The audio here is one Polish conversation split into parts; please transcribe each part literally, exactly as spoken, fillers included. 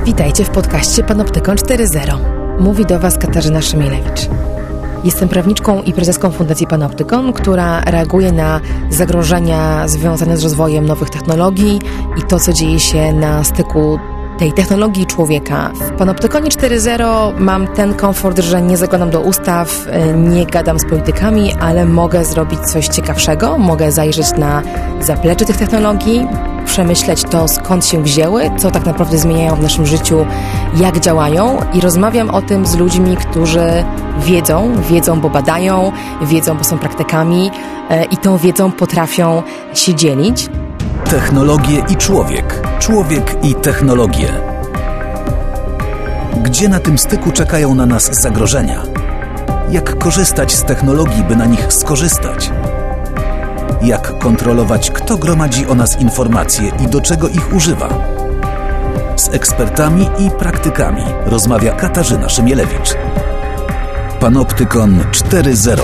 Witajcie w podcaście Panoptykon cztery zero. Mówi do Was Katarzyna Szymielewicz. Jestem prawniczką i prezeską Fundacji Panoptykon, która reaguje na zagrożenia związane z rozwojem nowych technologii i to, co dzieje się na styku tej technologii i człowieka. W Panoptykonie cztery zero mam ten komfort, że nie zaglądam do ustaw, nie gadam z politykami, ale mogę zrobić coś ciekawszego, mogę zajrzeć na zaplecze tych technologii, przemyśleć to, skąd się wzięły, co tak naprawdę zmieniają w naszym życiu, jak działają i rozmawiam o tym z ludźmi, którzy wiedzą, wiedzą, bo badają, wiedzą, bo są praktykami i tą wiedzą potrafią się dzielić. Technologie i człowiek. Człowiek i technologie. Gdzie na tym styku czekają na nas zagrożenia? Jak korzystać z technologii, by na nich skorzystać? Jak kontrolować, kto gromadzi o nas informacje i do czego ich używa? Z ekspertami i praktykami rozmawia Katarzyna Szymielewicz. Panoptykon cztery zero.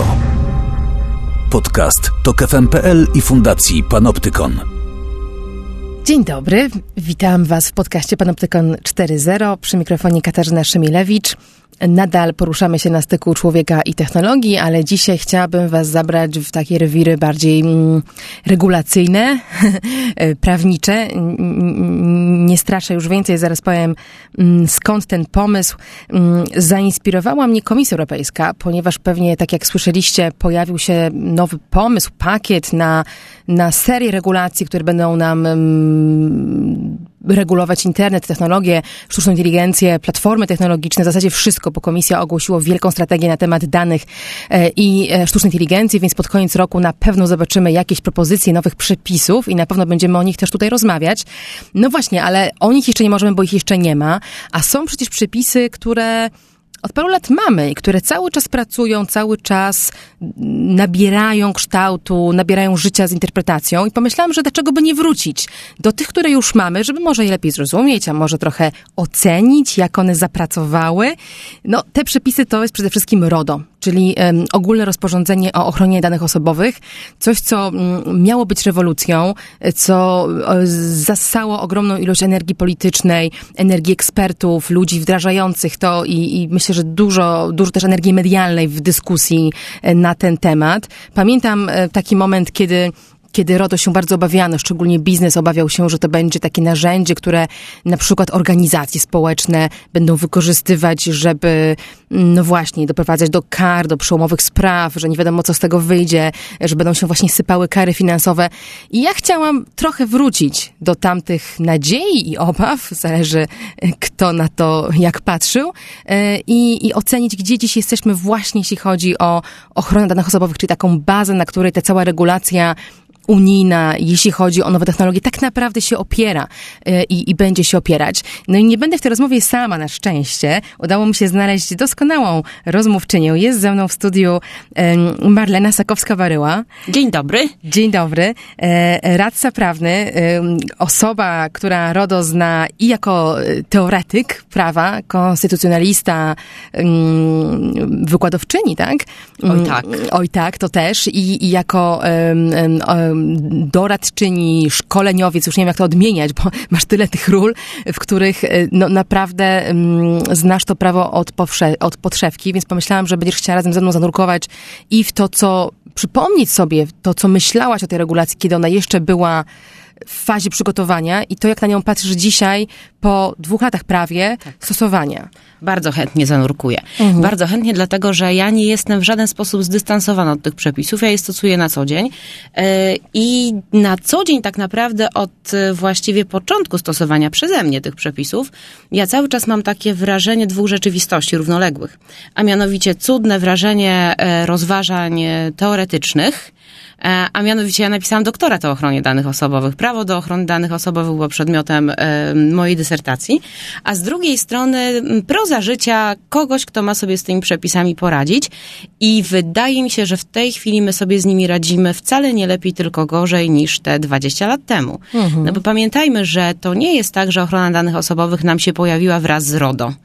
Podcast Tok F M kropka P L i Fundacji Panoptykon. Dzień dobry, witam Was w podcaście Panoptykon cztery zero. Przy mikrofonie Katarzyna Szymielewicz. Nadal poruszamy się na styku człowieka i technologii, ale dzisiaj chciałabym Was zabrać w takie rewiry bardziej mm, regulacyjne, prawnicze. Nie straszę już więcej, zaraz powiem mm, skąd ten pomysł. Mm, zainspirowała mnie Komisja Europejska, ponieważ pewnie, tak jak słyszeliście, pojawił się nowy pomysł, pakiet na, na serię regulacji, które będą nam mm, regulować internet, technologię, sztuczną inteligencję, platformy technologiczne, w zasadzie wszystko, bo Komisja ogłosiła wielką strategię na temat danych e, i e, sztucznej inteligencji, więc pod koniec roku na pewno zobaczymy jakieś propozycje nowych przepisów i na pewno będziemy o nich też tutaj rozmawiać. No właśnie, ale o nich jeszcze nie możemy, bo ich jeszcze nie ma, a są przecież przepisy, które od paru lat mamy i które cały czas pracują, cały czas nabierają kształtu, nabierają życia z interpretacją i pomyślałam, że dlaczego by nie wrócić do tych, które już mamy, żeby może je lepiej zrozumieć, a może trochę ocenić, jak one zapracowały. No, te przepisy to jest przede wszystkim RODO, czyli um, ogólne rozporządzenie o ochronie danych osobowych. Coś, co um, miało być rewolucją, co um, zassało ogromną ilość energii politycznej, energii ekspertów, ludzi wdrażających to i, i myślę, że dużo, dużo też energii medialnej w dyskusji na ten temat. Pamiętam taki moment, kiedy Kiedy RODO się bardzo obawiano, szczególnie biznes obawiał się, że to będzie takie narzędzie, które na przykład organizacje społeczne będą wykorzystywać, żeby, no właśnie, doprowadzać do kar, do przełomowych spraw, że nie wiadomo, co z tego wyjdzie, że będą się właśnie sypały kary finansowe. I ja chciałam trochę wrócić do tamtych nadziei i obaw, zależy kto na to jak patrzył, i, i ocenić, gdzie dziś jesteśmy właśnie, jeśli chodzi o ochronę danych osobowych, czyli taką bazę, na której ta cała regulacja unijna, jeśli chodzi o nowe technologie, tak naprawdę się opiera i, i będzie się opierać. No i nie będę w tej rozmowie sama, na szczęście. Udało mi się znaleźć doskonałą rozmówczynię. Jest ze mną w studiu um, Marlena Sakowska-Baryła. Dzień dobry. Dzień dobry. E, radca prawny, e, osoba, która RODO zna i jako teoretyk prawa, konstytucjonalista, um, wykładowczyni, tak? Oj tak. Oj tak, to też. I, i jako um, um, doradczyni, szkoleniowiec, już nie wiem jak to odmieniać, bo masz tyle tych ról, w których no, naprawdę um, znasz to prawo od, powsze- od podszewki, więc pomyślałam, że będziesz chciała razem ze mną zanurkować i w to, co przypomnieć sobie, to, co myślałaś o tej regulacji, kiedy ona jeszcze była w fazie przygotowania i to, jak na nią patrzysz dzisiaj po dwóch latach prawie tak. stosowania. Bardzo chętnie zanurkuję. Mhm. Bardzo chętnie, dlatego że ja nie jestem w żaden sposób zdystansowana od tych przepisów. Ja je stosuję na co dzień. I na co dzień tak naprawdę od właściwie początku stosowania przeze mnie tych przepisów, ja cały czas mam takie wrażenie dwóch rzeczywistości równoległych. A mianowicie cudne wrażenie rozważań teoretycznych, a mianowicie ja napisałam doktorat o ochronie danych osobowych. Prawo do ochrony danych osobowych było przedmiotem e, mojej dysertacji, a z drugiej strony proza życia kogoś, kto ma sobie z tymi przepisami poradzić i wydaje mi się, że w tej chwili my sobie z nimi radzimy wcale nie lepiej, tylko gorzej niż te dwadzieścia lat temu. Mhm. No bo pamiętajmy, że to nie jest tak, że ochrona danych osobowych nam się pojawiła wraz z RODO.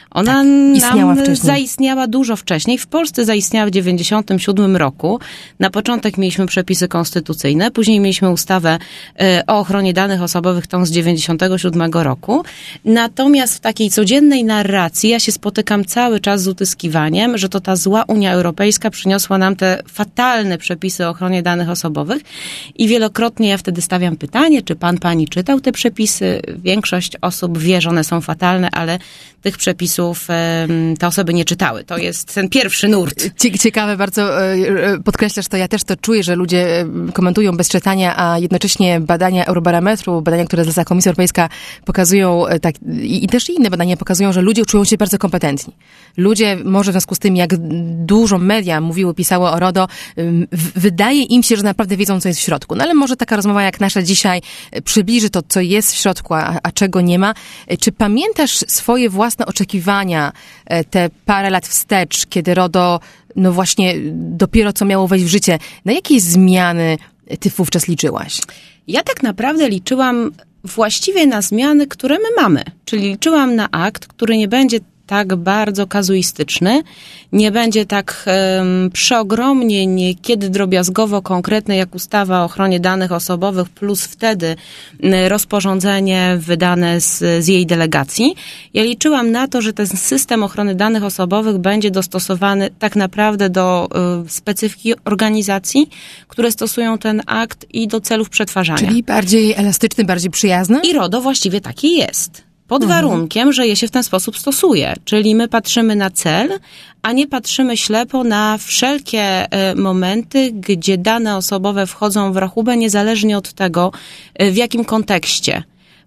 Ona tak, istniała nam wcześniej. zaistniała dużo wcześniej. W Polsce zaistniała w dziewięćdziesiątym siódmym roku. Na początek mieliśmy przepisy konstytucyjne, później mieliśmy ustawę o ochronie danych osobowych, tą z dziewięćdziesiątego siódmego roku. Natomiast w takiej codziennej narracji ja się spotykam cały czas z utyskiwaniem, że to ta zła Unia Europejska przyniosła nam te fatalne przepisy o ochronie danych osobowych i wielokrotnie ja wtedy stawiam pytanie, czy pan, pani czytał te przepisy? Większość osób wie, że one są fatalne, ale tych przepisów te osoby nie czytały. To jest ten pierwszy nurt. Ciekawe bardzo, podkreślasz to, ja też to czuję, że ludzie komentują bez czytania, a jednocześnie badania Eurobarometru, badania, które zleca Komisja Europejska pokazują, tak, i, i też inne badania pokazują, że ludzie czują się bardzo kompetentni. Ludzie, może w związku z tym, jak dużo media mówiły, pisały o RODO, w, wydaje im się, że naprawdę wiedzą, co jest w środku. No ale może taka rozmowa jak nasza dzisiaj przybliży to, co jest w środku, a, a czego nie ma. Czy pamiętasz swoje własne oczekiwania te parę lat wstecz, kiedy RODO, no właśnie, dopiero co miało wejść w życie? Na jakie zmiany ty wówczas liczyłaś? Ja tak naprawdę liczyłam właściwie na zmiany, które my mamy. Czyli liczyłam na akt, który nie będzie tak bardzo kazuistyczny, nie będzie tak um, przeogromnie, niekiedy drobiazgowo konkretny jak ustawa o ochronie danych osobowych plus wtedy rozporządzenie wydane z, z jej delegacji. Ja liczyłam na to, że ten system ochrony danych osobowych będzie dostosowany tak naprawdę do y, specyfiki organizacji, które stosują ten akt i do celów przetwarzania. Czyli bardziej elastyczny, bardziej przyjazny? I RODO właściwie taki jest. Pod warunkiem, że je się w ten sposób stosuje. Czyli my patrzymy na cel, a nie patrzymy ślepo na wszelkie momenty, gdzie dane osobowe wchodzą w rachubę, niezależnie od tego, w jakim kontekście.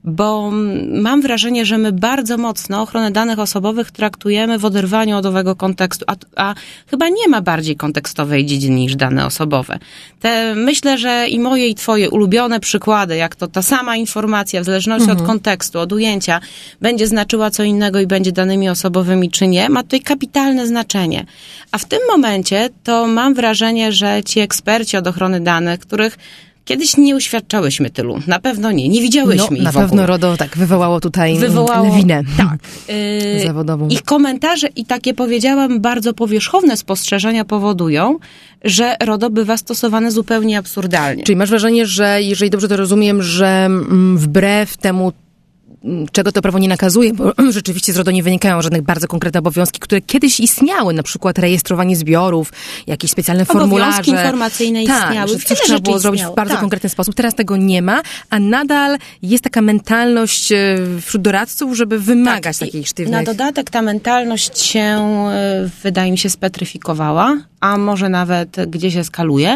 Bo mam wrażenie, że my bardzo mocno ochronę danych osobowych traktujemy w oderwaniu od owego kontekstu, a, a chyba nie ma bardziej kontekstowej dziedziny niż dane osobowe. Te, myślę, że i moje i twoje ulubione przykłady, jak to ta sama informacja w zależności mhm. od kontekstu, od ujęcia, będzie znaczyła co innego i będzie danymi osobowymi czy nie, ma tutaj kapitalne znaczenie. A w tym momencie to mam wrażenie, że ci eksperci od ochrony danych, których kiedyś nie uświadczałyśmy tylu. Na pewno nie. Nie widziałyśmy no, ich na w ogóle. pewno RODO tak wywołało tutaj wywołało, lawinę tak, yy, zawodową. Ich komentarze i takie, powiedziałam, bardzo powierzchowne spostrzeżenia powodują, że RODO bywa stosowane zupełnie absurdalnie. Czyli masz wrażenie, że jeżeli dobrze to rozumiem, że wbrew temu, czego to prawo nie nakazuje, bo rzeczywiście z RODO nie wynikają żadnych bardzo konkretne obowiązki, które kiedyś istniały, na przykład rejestrowanie zbiorów, jakieś specjalne formularze. Obowiązki informacyjne istniały. Tak, że coś trzeba było zrobić w bardzo tak. konkretny sposób. Teraz tego nie ma, a nadal jest taka mentalność wśród doradców, żeby wymagać tak. takich sztywnych... Na dodatek ta mentalność się, wydaje mi się, spetryfikowała, a może nawet gdzieś eskaluje,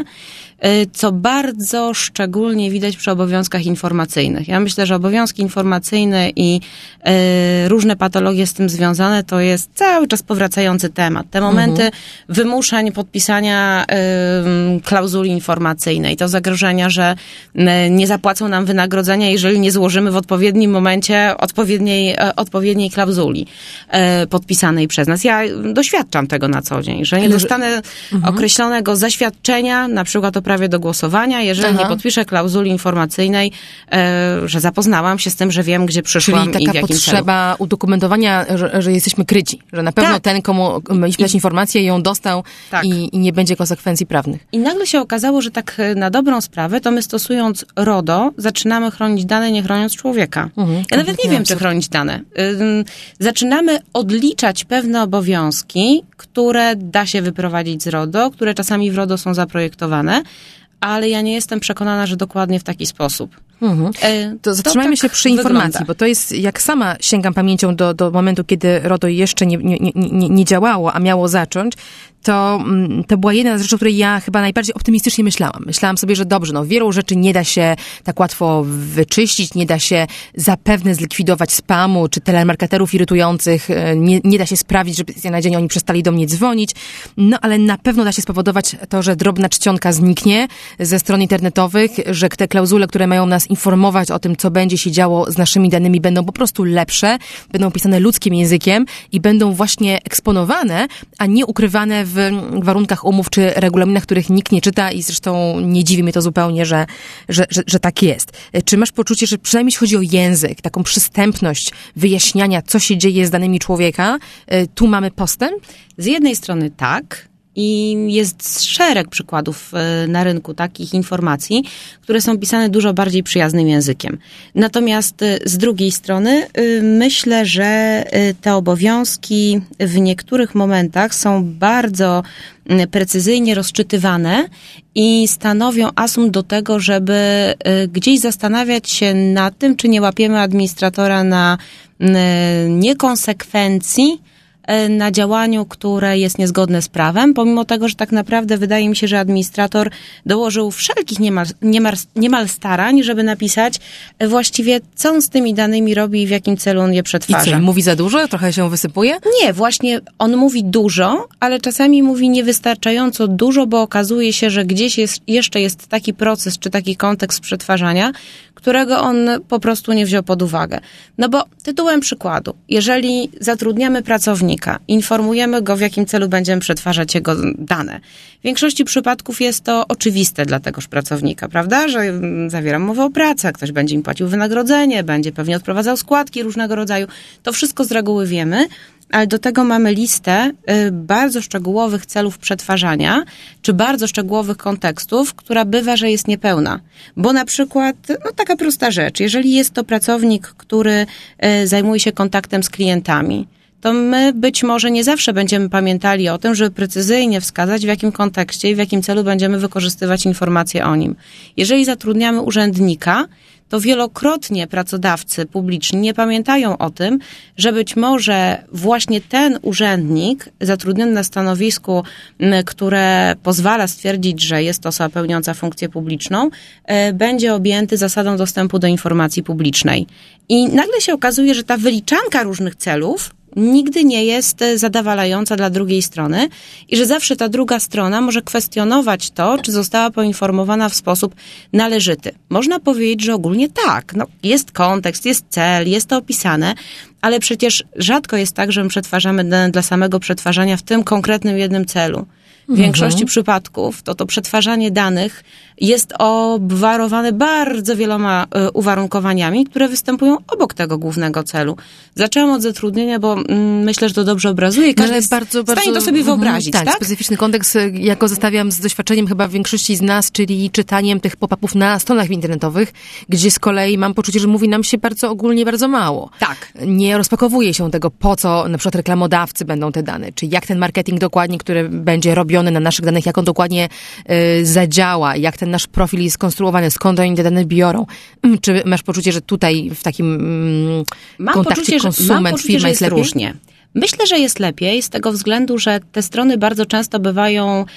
co bardzo szczególnie widać przy obowiązkach informacyjnych. Ja myślę, że obowiązki informacyjne i y, różne patologie z tym związane to jest cały czas powracający temat. Te momenty mhm. wymuszeń podpisania y, klauzuli informacyjnej, to zagrożenia, że y, nie zapłacą nam wynagrodzenia, jeżeli nie złożymy w odpowiednim momencie odpowiedniej, y, odpowiedniej klauzuli y, podpisanej przez nas. Ja doświadczam tego na co dzień, że nie dostanę mhm. określonego zaświadczenia, na przykład o prawie do głosowania, jeżeli Aha. nie podpiszę klauzuli informacyjnej, e, że zapoznałam się z tym, że wiem, gdzie przyszłam. Czyli i w taka jakim potrzeba celu. Udokumentowania, że, że jesteśmy kryci, że na pewno tak. ten, komu mieliśmy dać informację, ją dostał tak. i, i nie będzie konsekwencji prawnych. I nagle się okazało, że tak na dobrą sprawę, to my stosując RODO, zaczynamy chronić dane, nie chroniąc człowieka. Mhm, ja nawet nie wiem, czy chronić dane. Zaczynamy odliczać pewne obowiązki, które da się wyprowadzić z RODO, które czasami w RODO są zaprojektowane, ale ja nie jestem przekonana, że dokładnie w taki sposób. Mhm. E, to zatrzymajmy to tak się przy informacji, wygląda. Bo to jest, jak sama sięgam pamięcią do, do momentu, kiedy RODO jeszcze nie, nie, nie, nie działało, a miało zacząć, to, to była jedna z rzeczy, o której ja chyba najbardziej optymistycznie myślałam. Myślałam sobie, że dobrze, no wielu rzeczy nie da się tak łatwo wyczyścić, nie da się zapewne zlikwidować spamu, czy telemarketerów irytujących, nie, nie da się sprawić, żeby z dnia na dzień oni przestali do mnie dzwonić, no ale na pewno da się spowodować to, że drobna czcionka zniknie ze stron internetowych, że te klauzule, które mają nas nas informować o tym, co będzie się działo z naszymi danymi, będą po prostu lepsze, będą pisane ludzkim językiem i będą właśnie eksponowane, a nie ukrywane w warunkach umów czy regulaminach, których nikt nie czyta i zresztą nie dziwi mnie to zupełnie, że, że, że, że tak jest. Czy masz poczucie, że przynajmniej jeśli chodzi o język, taką przystępność wyjaśniania, co się dzieje z danymi człowieka, tu mamy postęp? Z jednej strony tak. I jest szereg przykładów na rynku takich informacji, które są pisane dużo bardziej przyjaznym językiem. Natomiast z drugiej strony myślę, że te obowiązki w niektórych momentach są bardzo precyzyjnie rozczytywane i stanowią asumpt do tego, żeby gdzieś zastanawiać się nad tym, czy nie łapiemy administratora na niekonsekwencji, na działaniu, które jest niezgodne z prawem, pomimo tego, że tak naprawdę wydaje mi się, że administrator dołożył wszelkich niemal, niemal, niemal starań, żeby napisać właściwie, co on z tymi danymi robi i w jakim celu on je przetwarza. I co, mówi za dużo? Trochę się wysypuje? Nie, właśnie on mówi dużo, ale czasami mówi niewystarczająco dużo, bo okazuje się, że gdzieś jest, jeszcze jest taki proces, czy taki kontekst przetwarzania, którego on po prostu nie wziął pod uwagę. No bo tytułem przykładu, jeżeli zatrudniamy pracownika, informujemy go, w jakim celu będziemy przetwarzać jego dane. W większości przypadków jest to oczywiste dla tegoż pracownika, prawda? Że zawieram umowę o pracę, ktoś będzie im płacił wynagrodzenie, będzie pewnie odprowadzał składki różnego rodzaju. To wszystko z reguły wiemy, ale do tego mamy listę bardzo szczegółowych celów przetwarzania, czy bardzo szczegółowych kontekstów, która bywa, że jest niepełna. Bo na przykład, no taka prosta rzecz, jeżeli jest to pracownik, który zajmuje się kontaktem z klientami, to my być może nie zawsze będziemy pamiętali o tym, żeby precyzyjnie wskazać, w jakim kontekście i w jakim celu będziemy wykorzystywać informacje o nim. Jeżeli zatrudniamy urzędnika, to wielokrotnie pracodawcy publiczni nie pamiętają o tym, że być może właśnie ten urzędnik zatrudniony na stanowisku, które pozwala stwierdzić, że jest to osoba pełniąca funkcję publiczną, będzie objęty zasadą dostępu do informacji publicznej. I nagle się okazuje, że ta wyliczanka różnych celów nigdy nie jest zadowalająca dla drugiej strony i że zawsze ta druga strona może kwestionować to, czy została poinformowana w sposób należyty. Można powiedzieć, że ogólnie tak. No, jest kontekst, jest cel, jest to opisane, ale przecież rzadko jest tak, że my przetwarzamy dane dla samego przetwarzania w tym konkretnym jednym celu. W większości mhm. przypadków to to przetwarzanie danych jest obwarowane bardzo wieloma y, uwarunkowaniami, które występują obok tego głównego celu. Zaczęłam od zatrudnienia, bo mm, myślę, że to dobrze obrazuje. Każdy jest bardzo, w stanie to sobie wyobrazić, tak, tak? Specyficzny kontekst, ja go zestawiam z doświadczeniem chyba większości z nas, czyli czytaniem tych pop-upów na stronach internetowych, gdzie z kolei mam poczucie, że mówi nam się bardzo ogólnie, bardzo mało. Tak. Nie rozpakowuje się tego, po co na przykład reklamodawcy będą te dane, czy jak ten marketing dokładnie, który będzie robiony na naszych danych, jak on dokładnie y, zadziała, jak ten nasz profil jest skonstruowany, skąd oni te dane biorą. Czy masz poczucie, że tutaj w takim mm, mam kontakcie poczucie, konsument, mam poczucie, firma że jest jest lepiej? różnie. Myślę, że jest lepiej z tego względu, że te strony bardzo często bywają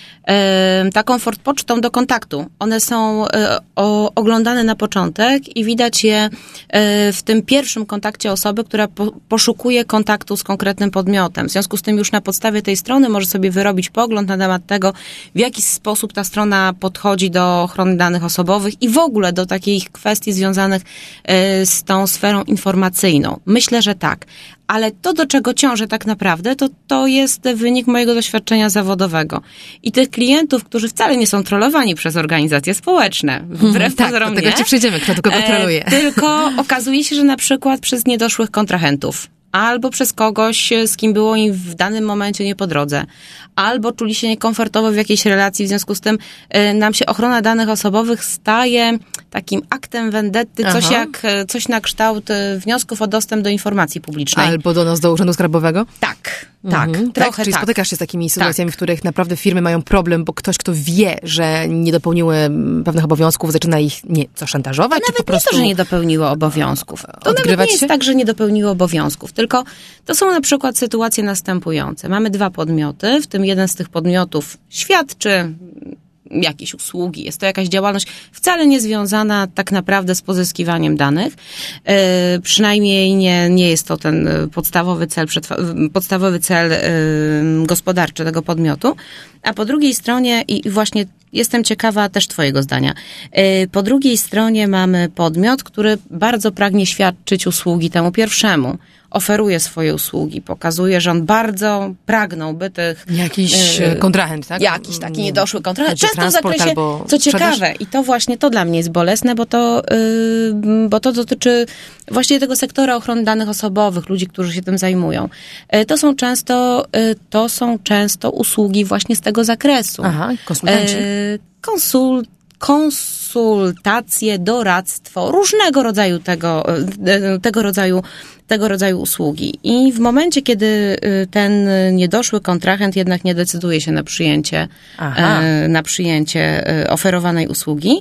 e, taką forpocztą do kontaktu. One są e, o, oglądane na początek i widać je e, w tym pierwszym kontakcie osoby, która po, poszukuje kontaktu z konkretnym podmiotem. W związku z tym już na podstawie tej strony może sobie wyrobić pogląd na temat tego, w jaki sposób ta strona podchodzi do ochrony danych osobowych i w ogóle do takich kwestii związanych e, z tą sferą informacyjną. Myślę, że tak. Ale to, do czego ciążę tak naprawdę, to, to jest wynik mojego doświadczenia zawodowego. I tych klientów, którzy wcale nie są trollowani przez organizacje społeczne, wbrew hmm, tak, pozorom do tego nie, ci przyjdziemy, kto tylko kontroluje. E, tylko okazuje się, że na przykład przez niedoszłych kontrahentów, albo przez kogoś, z kim było im w danym momencie nie po drodze, albo czuli się niekomfortowo w jakiejś relacji, w związku z tym y, nam się ochrona danych osobowych staje takim aktem vendetty, coś Aha. jak coś na kształt wniosków o dostęp do informacji publicznej. Albo do nas, do Urzędu Skarbowego? Tak, tak, mhm. trochę tak. Czyli tak. spotykasz się z takimi sytuacjami, tak. w których naprawdę firmy mają problem, bo ktoś, kto wie, że nie dopełniły pewnych obowiązków, zaczyna ich, nie, co, szantażować? To czy nawet po prostu nie to, że nie dopełniło obowiązków. To nawet nie jest się? tak, że nie dopełniło obowiązków, tylko to są na przykład sytuacje następujące. Mamy dwa podmioty, w tym jeden z tych podmiotów świadczy jakieś usługi, jest to jakaś działalność wcale nie związana tak naprawdę z pozyskiwaniem danych. E, przynajmniej nie, nie jest to ten podstawowy cel, podstawowy cel e, gospodarczy tego podmiotu. A po drugiej stronie, i właśnie jestem ciekawa też twojego zdania, e, po drugiej stronie mamy podmiot, który bardzo pragnie świadczyć usługi temu pierwszemu. Oferuje swoje usługi, pokazuje, że on bardzo pragnąłby tych... Jakiś yy, kontrahent, tak? Jakiś taki niedoszły kontrahent. Często w zakresie, albo co ciekawe, i to właśnie, to dla mnie jest bolesne, bo to, yy, bo to dotyczy właśnie tego sektora ochrony danych osobowych, ludzi, którzy się tym zajmują. Yy, to są często, yy, to są często usługi właśnie z tego zakresu. Aha, konsultanci. Yy, konsult, konsultacje, doradztwo, różnego rodzaju tego, tego rodzaju tego rodzaju usługi. I w momencie, kiedy ten niedoszły kontrahent jednak nie decyduje się na przyjęcie, Aha. na przyjęcie oferowanej usługi,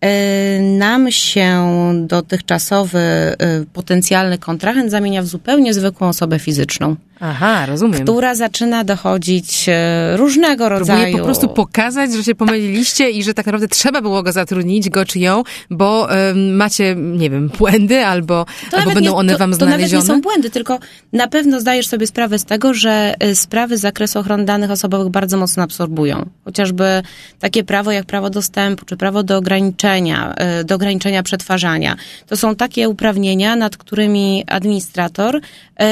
nam się dotychczasowy potencjalny kontrahent zamienia w zupełnie zwykłą osobę fizyczną. Aha, rozumiem. Która zaczyna dochodzić różnego rodzaju... Próbuję po prostu pokazać, że się pomyliliście i że tak naprawdę trzeba było go zatrudnić, go czy ją, bo um, macie, nie wiem, błędy albo, albo będą nie, one wam to, to znalezione. To nawet nie są błędy, tylko na pewno zdajesz sobie sprawę z tego, że sprawy z zakresu ochrony danych osobowych bardzo mocno absorbują. Chociażby takie prawo jak prawo dostępu, czy prawo do ograniczenia, do ograniczenia przetwarzania. To są takie uprawnienia, nad którymi administrator y,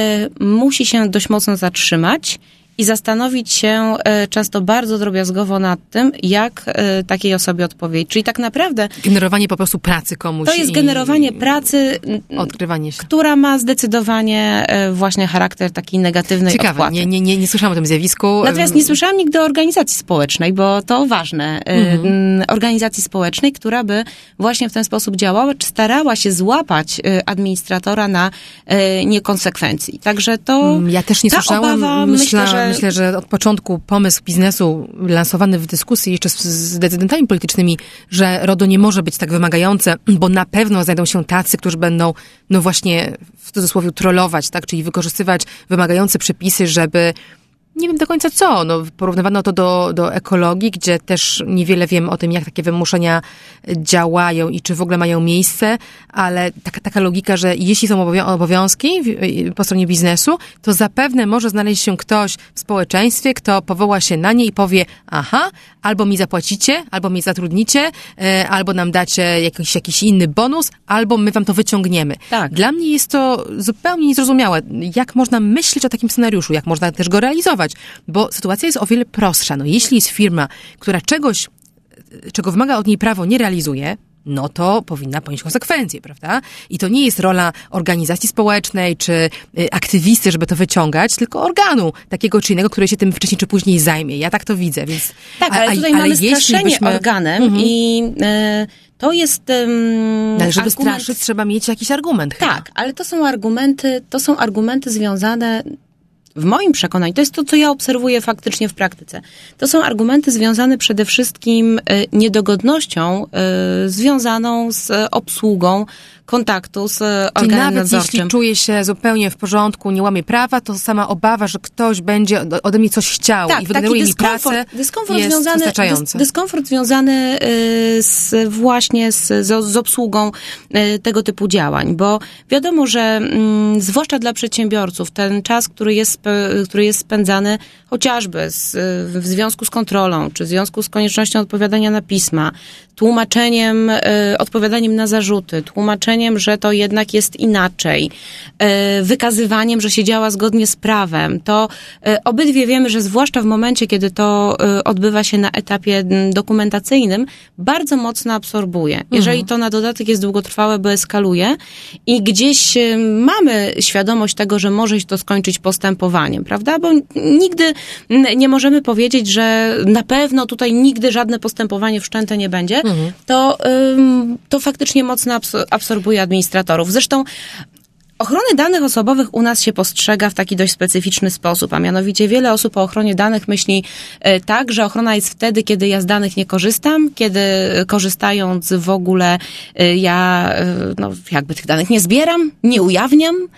musi się dość mocno zatrzymać i zastanowić się często bardzo drobiazgowo nad tym, jak takiej osobie odpowiedzieć. Czyli tak naprawdę... Generowanie po prostu pracy komuś. To jest generowanie pracy, odkrywanie się. Która ma zdecydowanie właśnie charakter takiej negatywnej Ciekawe, odpłaty. nie, nie, nie, nie słyszałam o tym zjawisku. Natomiast nie słyszałam nigdy o organizacji społecznej, bo to ważne. Mhm. Organizacji społecznej, która by właśnie w ten sposób działała, czy starała się złapać administratora na niekonsekwencji. Także to... Ja też nie ta słyszałam. Obawa, myślę, myślę, że Myślę, że od początku pomysł biznesu lansowany w dyskusji jeszcze z, z decydentami politycznymi, że RODO nie może być tak wymagające, bo na pewno znajdą się tacy, którzy będą, no właśnie, w cudzysłowie trollować, tak, czyli wykorzystywać wymagające przepisy, żeby nie wiem do końca co. No, porównywano to do, do ekologii, gdzie też niewiele wiem o tym, jak takie wymuszenia działają i czy w ogóle mają miejsce, ale taka, taka logika, że jeśli są obowiązki po stronie biznesu, to zapewne może znaleźć się ktoś w społeczeństwie, kto powoła się na nie i powie, aha, albo mi zapłacicie, albo mnie zatrudnicie, albo nam dacie jakiś, jakiś inny bonus, albo my wam to wyciągniemy. Tak. Dla mnie jest to zupełnie niezrozumiałe. Jak można myśleć o takim scenariuszu? Jak można też go realizować? Bo sytuacja jest o wiele prostsza. No, jeśli jest firma, która czegoś, czego wymaga od niej prawo, nie realizuje, no to powinna ponieść konsekwencje, prawda? I to nie jest rola organizacji społecznej czy aktywisty, żeby to wyciągać, tylko organu takiego czy innego, który się tym wcześniej czy później zajmie. Ja tak to widzę, więc... Tak, ale tutaj a, ale mamy straszenie byśmy... organem mhm. i... Yy... To jest um, ale żeby argument... straszyć, trzeba mieć jakiś argument. Tak, chyba. Ale to są argumenty, to są argumenty związane, w moim przekonaniu, to jest to, co ja obserwuję faktycznie w praktyce. To są argumenty związane przede wszystkim y, niedogodnością y, związaną z obsługą kontaktu z organem nawet nadzorczym. Jeśli czuje się zupełnie w porządku, nie łamie prawa, to sama obawa, że ktoś będzie ode mnie coś chciał tak, i wygeneruje mi dyskomfort, pracę, dyskomfort jest związany, wystarczający. Dys, dyskomfort związany z, właśnie z, z, z obsługą tego typu działań, bo wiadomo, że mm, zwłaszcza dla przedsiębiorców ten czas, który jest, który jest spędzany chociażby z, w związku z kontrolą, czy w związku z koniecznością odpowiadania na pisma, tłumaczeniem, y, odpowiadaniem na zarzuty, tłumaczeniem, że to jednak jest inaczej, y, wykazywaniem, że się działa zgodnie z prawem, to y, obydwie wiemy, że zwłaszcza w momencie, kiedy to y, odbywa się na etapie dokumentacyjnym, bardzo mocno absorbuje. Jeżeli mhm. to na dodatek jest długotrwałe, bo eskaluje i gdzieś y, mamy świadomość tego, że może się to skończyć postępowaniem, prawda? Bo nigdy nie możemy powiedzieć, że na pewno tutaj nigdy żadne postępowanie wszczęte nie będzie, mhm. to, ym, to faktycznie mocno absorbuje administratorów. Zresztą ochrony danych osobowych u nas się postrzega w taki dość specyficzny sposób, a mianowicie wiele osób o ochronie danych myśli y, tak, że ochrona jest wtedy, kiedy ja z danych nie korzystam, kiedy korzystając w ogóle y, ja y, no, jakby tych danych nie zbieram, nie ujawniam,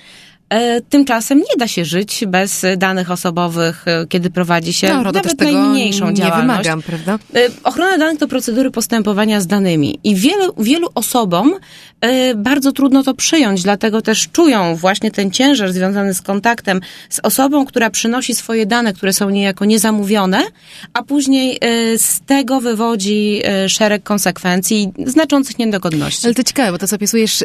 Tymczasem nie da się żyć bez danych osobowych, kiedy prowadzi się no, nawet najmniejszą działalność. Nie wymagam, prawda? Ochrona danych to procedury postępowania z danymi i wielu, wielu osobom bardzo trudno to przyjąć, dlatego też czują właśnie ten ciężar związany z kontaktem z osobą, która przynosi swoje dane, które są niejako niezamówione, a później z tego wywodzi szereg konsekwencji, znaczących niedogodności. Ale to ciekawe, bo to, co opisujesz,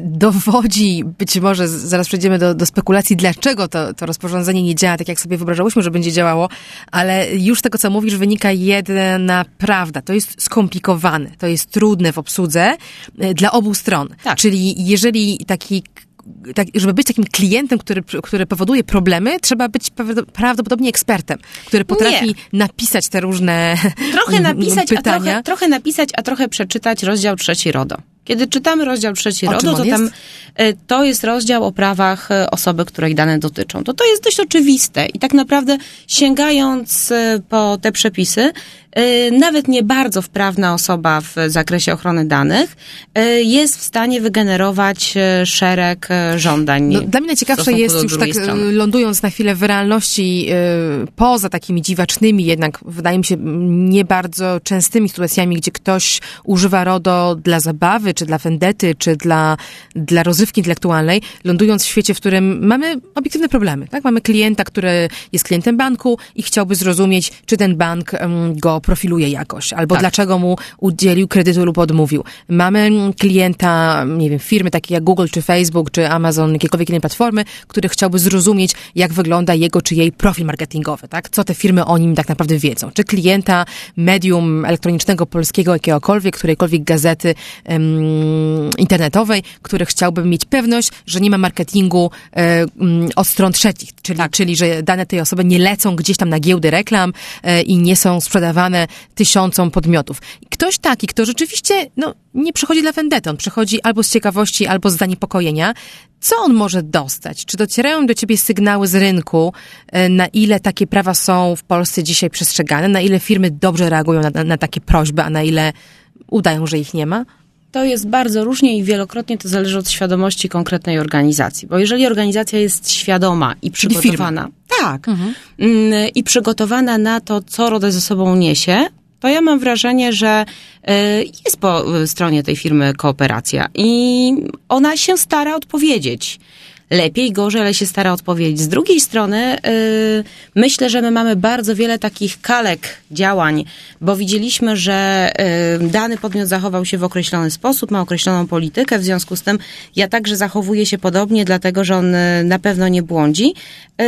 dowodzi, być może zaraz przejdziemy do, do spekulacji, dlaczego to, to rozporządzenie nie działa tak, jak sobie wyobrażałyśmy, że będzie działało, ale już z tego, co mówisz, wynika jedna prawda. To jest skomplikowane, to jest trudne w obsłudze dla obu stron. Tak. Czyli jeżeli taki Tak, żeby być takim klientem, który, który powoduje problemy, trzeba być prawdopodobnie ekspertem, który potrafi nie. napisać te różne trochę napisać, pytania. A trochę, trochę napisać, a trochę przeczytać rozdział trzeci RODO. Kiedy czytamy rozdział trzeci RODO, to tam to jest rozdział o prawach osoby, której dane dotyczą. To to jest dość oczywiste i tak naprawdę sięgając po te przepisy, nawet nie bardzo wprawna osoba w zakresie ochrony danych jest w stanie wygenerować szereg żądań. No, dla mnie najciekawsze jest, już tak strony. lądując na chwilę w realności, poza takimi dziwacznymi, jednak wydaje mi się nie bardzo częstymi sytuacjami, gdzie ktoś używa RODO dla zabawy, czy dla vendety, czy dla, dla rozrywki intelektualnej, lądując w świecie, w którym mamy obiektywne problemy. Tak? Mamy klienta, który jest klientem banku i chciałby zrozumieć, czy ten bank um, go profiluje jakoś, albo tak. dlaczego mu udzielił kredytu lub odmówił. Mamy klienta, nie wiem, firmy takie jak Google, czy Facebook, czy Amazon, jakiekolwiek innej platformy, który chciałby zrozumieć, jak wygląda jego czy jej profil marketingowy, tak? Co te firmy o nim tak naprawdę wiedzą. Czy klienta medium elektronicznego polskiego, jakiegokolwiek, którejkolwiek gazety um, internetowej, który chciałby mieć pewność, że nie ma marketingu um, od stron trzecich, czyli, tak. czyli że dane tej osoby nie lecą gdzieś tam na giełdy reklam e, i nie są sprzedawane tysiącom podmiotów. Ktoś taki, kto rzeczywiście no, nie przychodzi dla vendety, on przychodzi albo z ciekawości, albo z zaniepokojenia. Co on może dostać? Czy docierają do ciebie sygnały z rynku, na ile takie prawa są w Polsce dzisiaj przestrzegane, na ile firmy dobrze reagują na, na, na takie prośby, a na ile udają, że ich nie ma? To jest bardzo różnie i wielokrotnie to zależy od świadomości konkretnej organizacji. Bo jeżeli organizacja jest świadoma i przygotowana, tak, mhm. i przygotowana na to, co RODO ze sobą niesie, to ja mam wrażenie, że jest po stronie tej firmy kooperacja i ona się stara odpowiedzieć. Lepiej, gorzej, ale się stara odpowiedzieć. Z drugiej strony yy, myślę, że my mamy bardzo wiele takich kalek działań, bo widzieliśmy, że yy, dany podmiot zachował się w określony sposób, ma określoną politykę, w związku z tym ja także zachowuję się podobnie, dlatego że on yy, na pewno nie błądzi. Yy,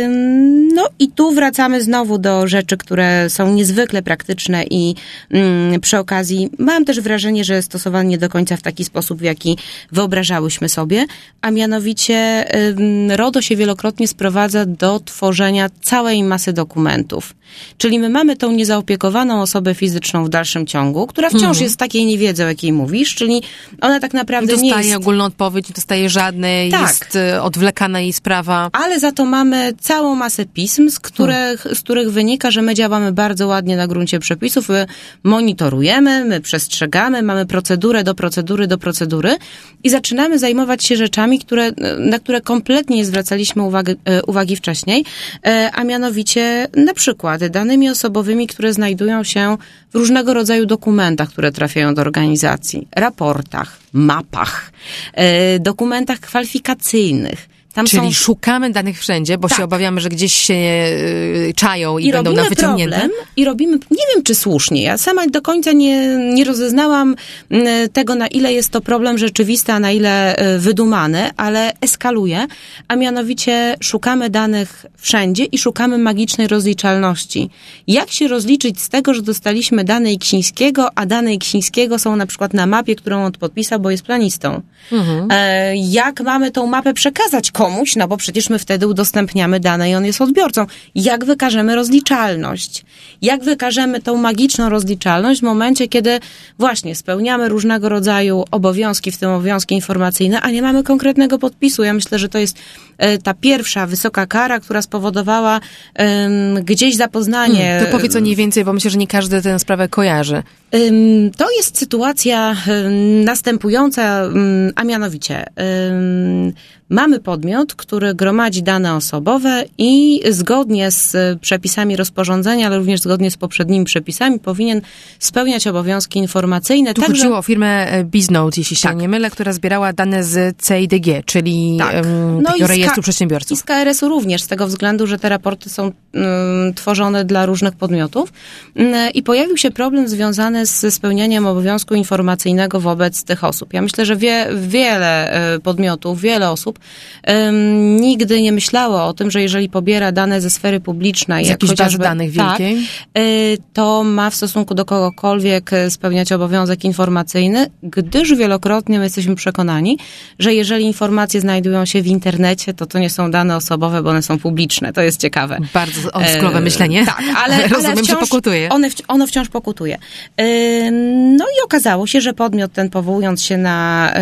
no i tu wracamy znowu do rzeczy, które są niezwykle praktyczne i yy, przy okazji mam też wrażenie, że stosowane nie do końca w taki sposób, w jaki wyobrażałyśmy sobie, a mianowicie RODO się wielokrotnie sprowadza do tworzenia całej masy dokumentów. Czyli my mamy tą niezaopiekowaną osobę fizyczną w dalszym ciągu, która wciąż mhm. jest w takiej niewiedzy, o jakiej mówisz, czyli ona tak naprawdę dostaje nie jest... Dostaje ogólną odpowiedź, nie dostaje żadnej, tak. jest odwlekana jej sprawa. Ale za to mamy całą masę pism, z których, hmm. z których wynika, że my działamy bardzo ładnie na gruncie przepisów, my monitorujemy, my przestrzegamy, mamy procedurę do procedury do procedury i zaczynamy zajmować się rzeczami, które, na które kompletnie nie zwracaliśmy uwagi, uwagi wcześniej, a mianowicie na przykład danymi osobowymi, które znajdują się w różnego rodzaju dokumentach, które trafiają do organizacji, raportach, mapach, dokumentach kwalifikacyjnych. Tam Czyli są... szukamy danych wszędzie, bo tak. się obawiamy, że gdzieś się y, czają i, I będą nam wyciągnięte. Problem, I robimy, nie wiem czy słusznie, ja sama do końca nie, nie rozeznałam y, tego, na ile jest to problem rzeczywisty, a na ile y, wydumany, ale eskaluje, a mianowicie szukamy danych wszędzie i szukamy magicznej rozliczalności. Jak się rozliczyć z tego, że dostaliśmy dane Iksińskiego, a dane Iksińskiego są na przykład na mapie, którą on podpisał, bo jest planistą. Mhm. Y, jak mamy tą mapę przekazać komuś, no bo przecież my wtedy udostępniamy dane i on jest odbiorcą. Jak wykażemy rozliczalność? Jak wykażemy tą magiczną rozliczalność w momencie, kiedy właśnie spełniamy różnego rodzaju obowiązki, w tym obowiązki informacyjne, a nie mamy konkretnego podpisu? Ja myślę, że to jest y, ta pierwsza wysoka kara, która spowodowała y, gdzieś zapoznanie... Hmm, to powiedz o niej więcej, bo myślę, że nie każdy tę sprawę kojarzy. To jest sytuacja następująca, a mianowicie mamy podmiot, który gromadzi dane osobowe i zgodnie z przepisami rozporządzenia, ale również zgodnie z poprzednimi przepisami powinien spełniać obowiązki informacyjne. Tu także... chodziło o firmę Biznote, jeśli się tak. nie mylę, która zbierała dane z C I D G, czyli tak. um, no takiego rejestru K- przedsiębiorców. I z K R S u również, z tego względu, że te raporty są um, tworzone dla różnych podmiotów. Um, I pojawił się problem związany z spełnianiem obowiązku informacyjnego wobec tych osób. Ja myślę, że wie, wiele podmiotów, wiele osób um, nigdy nie myślało o tym, że jeżeli pobiera dane ze sfery publicznej, z jak jakiejś bazy chociażby, danych wielkiej, tak, to ma w stosunku do kogokolwiek spełniać obowiązek informacyjny, gdyż wielokrotnie my jesteśmy przekonani, że jeżeli informacje znajdują się w internecie, to to nie są dane osobowe, bo one są publiczne. To jest ciekawe. Bardzo oldschoolowe myślenie. Tak, ale, ale rozumiem, wciąż, że pokutuje. One, ono wciąż pokutuje. No i okazało się, że podmiot ten, powołując się na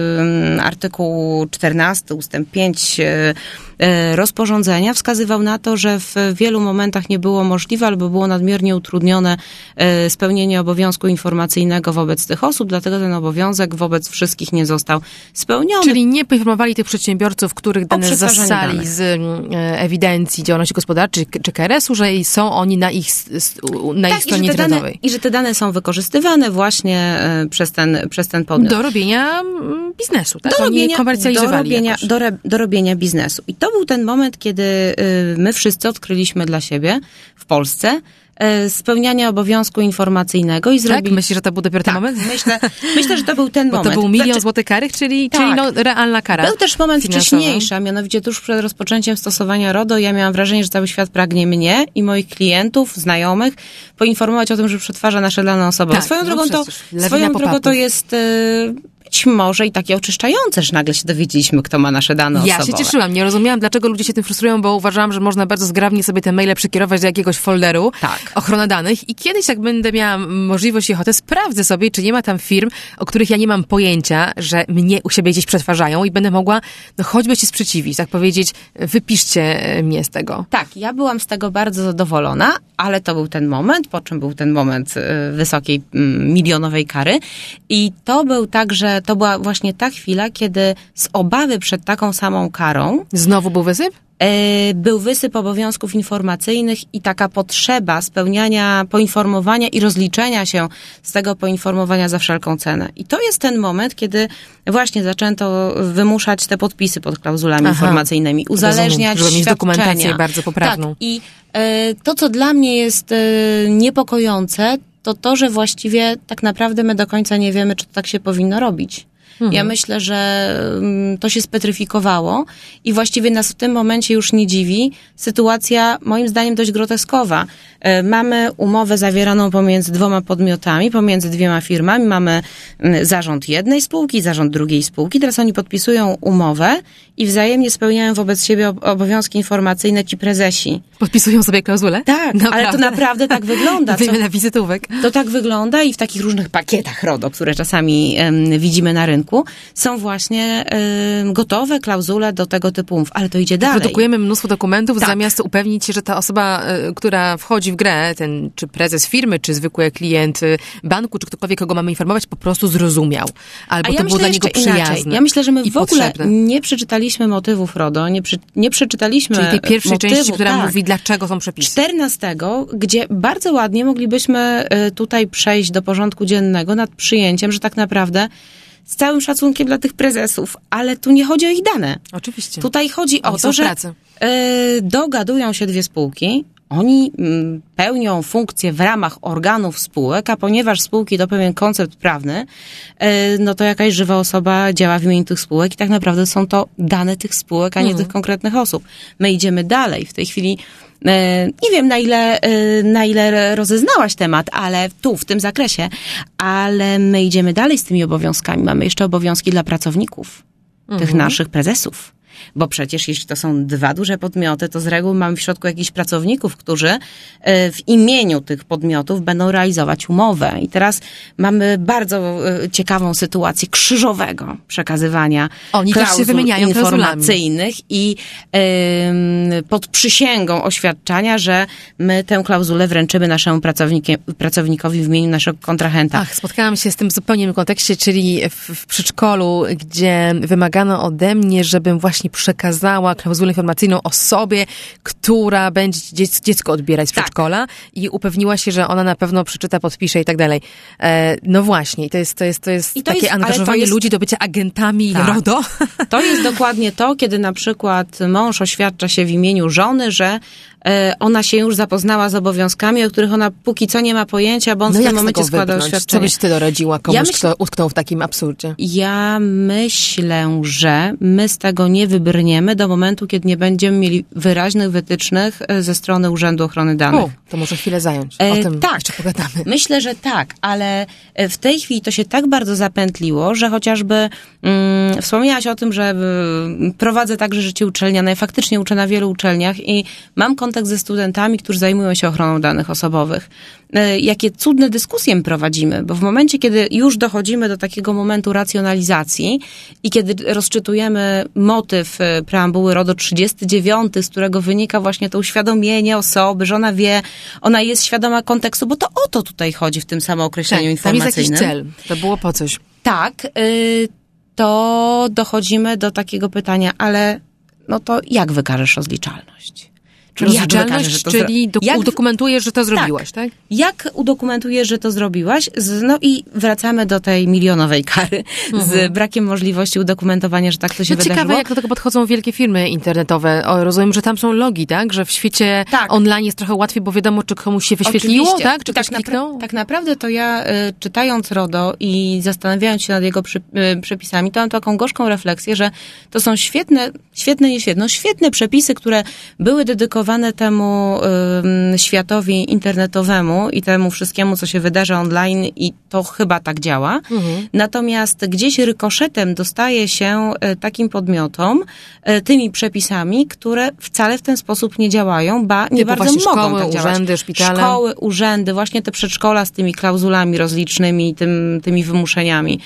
artykuł czternasty ustęp pięć rozporządzenia, wskazywał na to, że w wielu momentach nie było możliwe albo było nadmiernie utrudnione spełnienie obowiązku informacyjnego wobec tych osób, dlatego ten obowiązek wobec wszystkich nie został spełniony. Czyli nie poinformowali tych przedsiębiorców, których dane zasali danych. z ewidencji działalności gospodarczej czy K R S u, że są oni na ich, na tak, ich stronie i internetowej. Dane, I że te dane są wykorzystywane właśnie przez ten, przez ten podmiot. Do robienia biznesu, tak? Do Oni robienia, komercjalizowali do, robienia, do, re, do robienia biznesu. I to był ten moment, kiedy my wszyscy odkryliśmy dla siebie w Polsce spełniania obowiązku informacyjnego i zrobili... Tak? Myślisz, że to był dopiero ten tak, moment? Myślę, myślę, że to był ten Bo moment. to był milion znaczy, złotych kary, czyli, tak. czyli no, realna kara. Był też moment finansowa. wcześniejszy, a mianowicie tuż przed rozpoczęciem stosowania RODO ja miałam wrażenie, że cały świat pragnie mnie i moich klientów, znajomych poinformować o tym, że przetwarza nasze dane osobowe. Tak, swoją no drogą, to, swoją drogą to jest... Yy, być może i takie oczyszczające, że nagle się dowiedzieliśmy, kto ma nasze dane ja osobowe. Ja się cieszyłam. Nie rozumiałam, dlaczego ludzie się tym frustrują, bo uważałam, że można bardzo zgrabnie sobie te maile przekierować do jakiegoś folderu. Tak. Ochrona danych. I kiedyś, jak będę miała możliwość i ochotę, sprawdzę sobie, czy nie ma tam firm, o których ja nie mam pojęcia, że mnie u siebie gdzieś przetwarzają i będę mogła, no choćby się sprzeciwić, tak powiedzieć, wypiszcie mnie z tego. Tak, ja byłam z tego bardzo zadowolona, ale to był ten moment, po czym był ten moment wysokiej, milionowej kary. I to był także, to była właśnie ta chwila, kiedy z obawy przed taką samą karą... Znowu był wysyp? Był wysyp obowiązków informacyjnych i taka potrzeba spełniania poinformowania i rozliczenia się z tego poinformowania za wszelką cenę. I to jest ten moment, kiedy właśnie zaczęto wymuszać te podpisy pod klauzulami Aha, informacyjnymi, uzależniać rozumiem, świadczenia. dokumentację bardzo poprawną. Tak, i e, to, co dla mnie jest e, niepokojące, to to, że właściwie tak naprawdę my do końca nie wiemy, czy to tak się powinno robić. Mhm. Ja myślę, że to się spetryfikowało i właściwie nas w tym momencie już nie dziwi sytuacja, moim zdaniem, dość groteskowa. Mamy umowę zawieraną pomiędzy dwoma podmiotami, pomiędzy dwiema firmami. Mamy zarząd jednej spółki, zarząd drugiej spółki. Teraz oni podpisują umowę i wzajemnie spełniają wobec siebie obowiązki informacyjne ci prezesi. Podpisują sobie klauzulę? Tak, naprawdę? Ale to naprawdę tak wygląda. Wymiana wizytówek. To tak wygląda i w takich różnych pakietach RODO, które czasami um, widzimy na rynku, są właśnie um, gotowe klauzule do tego typu umów, ale to idzie dalej. Produkujemy mnóstwo dokumentów, tak. zamiast upewnić się, że ta osoba, y, która wchodzi w grę, ten czy prezes firmy, czy zwykły klient y, banku, czy ktokolwiek, kogo mamy informować, po prostu zrozumiał. Albo ja to było dla niego przyjazne. Ja myślę, że my i w ogóle potrzebne. nie przeczytaliśmy motywów RODO, nie, przy, nie przeczytaliśmy Czyli tej pierwszej motywu, części, która tak. mówi, dlaczego są przepisy. czternastego, gdzie bardzo ładnie moglibyśmy tutaj przejść do porządku dziennego nad przyjęciem, że tak naprawdę z całym szacunkiem dla tych prezesów, ale tu nie chodzi o ich dane. Oczywiście. Tutaj chodzi Oni o to, że pracy. dogadują się dwie spółki, oni pełnią funkcje w ramach organów spółek, a ponieważ spółki to pewien koncept prawny, no to jakaś żywa osoba działa w imieniu tych spółek i tak naprawdę są to dane tych spółek, a nie mhm. tych konkretnych osób. My idziemy dalej. W tej chwili nie wiem, na ile, na ile rozeznałaś temat, ale tu, w tym zakresie, ale my idziemy dalej z tymi obowiązkami. Mamy jeszcze obowiązki dla pracowników, mhm. tych naszych prezesów. Bo przecież jeśli to są dwa duże podmioty, to z reguły mamy w środku jakichś pracowników, którzy w imieniu tych podmiotów będą realizować umowę. I teraz mamy bardzo ciekawą sytuację krzyżowego przekazywania Oni klauzul też się wymieniają informacyjnych i y, pod przysięgą oświadczania, że my tę klauzulę wręczymy naszemu pracownikowi w imieniu naszego kontrahenta. Ach, spotkałam się z tym w zupełnie innym kontekście, czyli w, w przedszkolu, gdzie wymagano ode mnie, żebym właśnie przekazała klauzulę informacyjną osobie, która będzie dziec, dziecko odbierać z przedszkola tak. i upewniła się, że ona na pewno przeczyta, podpisze i tak dalej. E, no właśnie, i to jest, to jest, to jest to takie jest, angażowanie jest, ludzi do bycia agentami tak. RODO. To jest dokładnie to, kiedy na przykład mąż oświadcza się w imieniu żony, że ona się już zapoznała z obowiązkami, o których ona póki co nie ma pojęcia, bo on no w tym momencie składa oświadczenie. Co byś ty doradziła komuś, ja myśl... kto utknął w takim absurdzie? Ja myślę, że my z tego nie wybrniemy do momentu, kiedy nie będziemy mieli wyraźnych wytycznych ze strony Urzędu Ochrony Danych. U, to może chwilę zająć. O tym e, tak, jeszcze pogadamy. Myślę, że tak, ale w tej chwili to się tak bardzo zapętliło, że chociażby mm, wspomniałaś o tym, że y, prowadzę także życie uczelniane. Ja faktycznie uczę na wielu uczelniach i mam kontakt ze studentami, którzy zajmują się ochroną danych osobowych. Jakie cudne dyskusje prowadzimy, bo w momencie, kiedy już dochodzimy do takiego momentu racjonalizacji i kiedy rozczytujemy motyw preambuły RODO trzydziesty dziewiąty, z którego wynika właśnie to uświadomienie osoby, że ona wie, ona jest świadoma kontekstu, bo to o to tutaj chodzi w tym samookreśleniu tak, informacyjnym. Tam jest jakiś cel. To było po coś. Tak, to dochodzimy do takiego pytania, ale no to jak wykażesz rozliczalność? Rozliczalność, wykaże, czyli do, jak, udokumentujesz, że to zrobiłaś, tak? tak? Jak udokumentujesz, że to zrobiłaś? Z, no i wracamy do tej milionowej kary mhm. z brakiem możliwości udokumentowania, że tak to się no wydarzyło. Ciekawe, jak do tego podchodzą wielkie firmy internetowe. O, rozumiem, że tam są logi, tak? Że w świecie tak. online jest trochę łatwiej, bo wiadomo, czy komuś się wyświetliło, Oczywiście. tak? Czy tak, ktoś kliknął? Napra- tak naprawdę to ja, y, czytając RODO i zastanawiając się nad jego przy, y, przepisami, to mam taką gorzką refleksję, że to są świetne, świetne, nie świetne, no świetne przepisy, które były dedykowane temu y, światowi internetowemu i temu wszystkiemu, co się wydarza online i to chyba tak działa. Mhm. Natomiast gdzieś rykoszetem dostaje się y, takim podmiotom y, tymi przepisami, które wcale w ten sposób nie działają, ba nie Typu bardzo mogą szkoły, tak działać. urzędy, szpitale. Szkoły, urzędy, właśnie te przedszkola z tymi klauzulami rozlicznymi, tym, tymi wymuszeniami.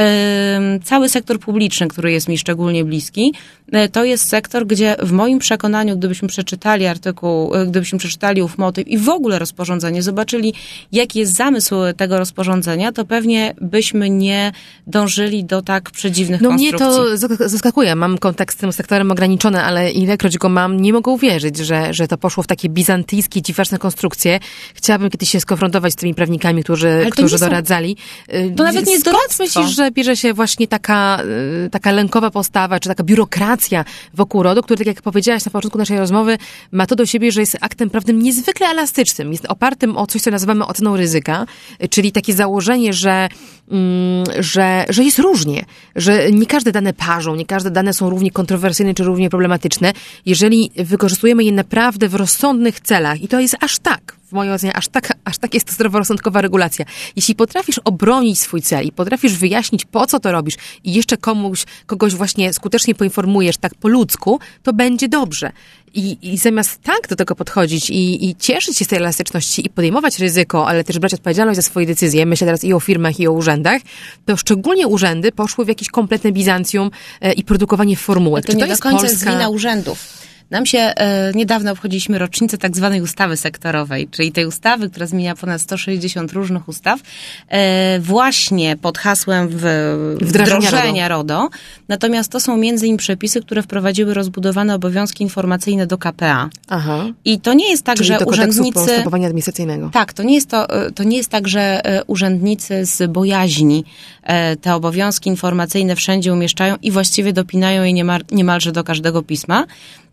Y, cały sektor publiczny, który jest mi szczególnie bliski, y, to jest sektor, gdzie w moim przekonaniu, gdybyśmy przeczytali artykuł, gdybyśmy przeczytali ów motyw i w ogóle rozporządzenie, zobaczyli, jaki jest zamysł tego rozporządzenia, to pewnie byśmy nie dążyli do tak przedziwnych no konstrukcji. No mnie to zaskakuje. Mam kontakt z tym sektorem ograniczony, ale ilekroć go mam, nie mogę uwierzyć, że, że to poszło w takie bizantyjskie, dziwaczne konstrukcje. Chciałabym kiedyś się skonfrontować z tymi prawnikami, którzy, którzy doradzali. Są, to nawet nie jest Skąd doradztwo. myślisz, że bierze się właśnie taka, taka lękowa postawa, czy taka biurokracja wokół RODO, który, tak jak powiedziałaś na początku naszej rozmowy, ma to do siebie, że jest aktem prawnym niezwykle elastycznym. Jest opartym o coś, co nazywamy oceną ryzyka, czyli takie założenie, że, mm, że, że jest różnie, że nie każde dane parzą, nie każde dane są równie kontrowersyjne czy równie problematyczne, jeżeli wykorzystujemy je naprawdę w rozsądnych celach. I to jest aż tak. W mojej ocenie aż tak, aż tak jest to zdroworozsądkowa regulacja. Jeśli potrafisz obronić swój cel i potrafisz wyjaśnić, po co to robisz i jeszcze komuś, kogoś właśnie skutecznie poinformujesz tak po ludzku, to będzie dobrze. I, i zamiast tak do tego podchodzić i, i cieszyć się z tej elastyczności i podejmować ryzyko, ale też brać odpowiedzialność za swoje decyzje, myślę teraz i o firmach, i o urzędach, to szczególnie urzędy poszły w jakieś kompletne Bizancjum e, i produkowanie formułek. To Czy nie to do jest końca Polska... jest wina urzędów. Nam się e, niedawno obchodziliśmy rocznicę tak zwanej ustawy sektorowej, czyli tej ustawy, która zmienia ponad sto sześćdziesiąt różnych ustaw, e, właśnie pod hasłem w, wdrożenia, wdrożenia RODO. RODO. Natomiast to są między innymi przepisy, które wprowadziły rozbudowane obowiązki informacyjne do K P A. Aha. I to nie jest tak, czyli że do urzędnicy... postępowania administracyjnego. Tak, to nie jest to, to nie jest tak, że urzędnicy z bojaźni te obowiązki informacyjne wszędzie umieszczają i właściwie dopinają je niemal, niemalże do każdego pisma.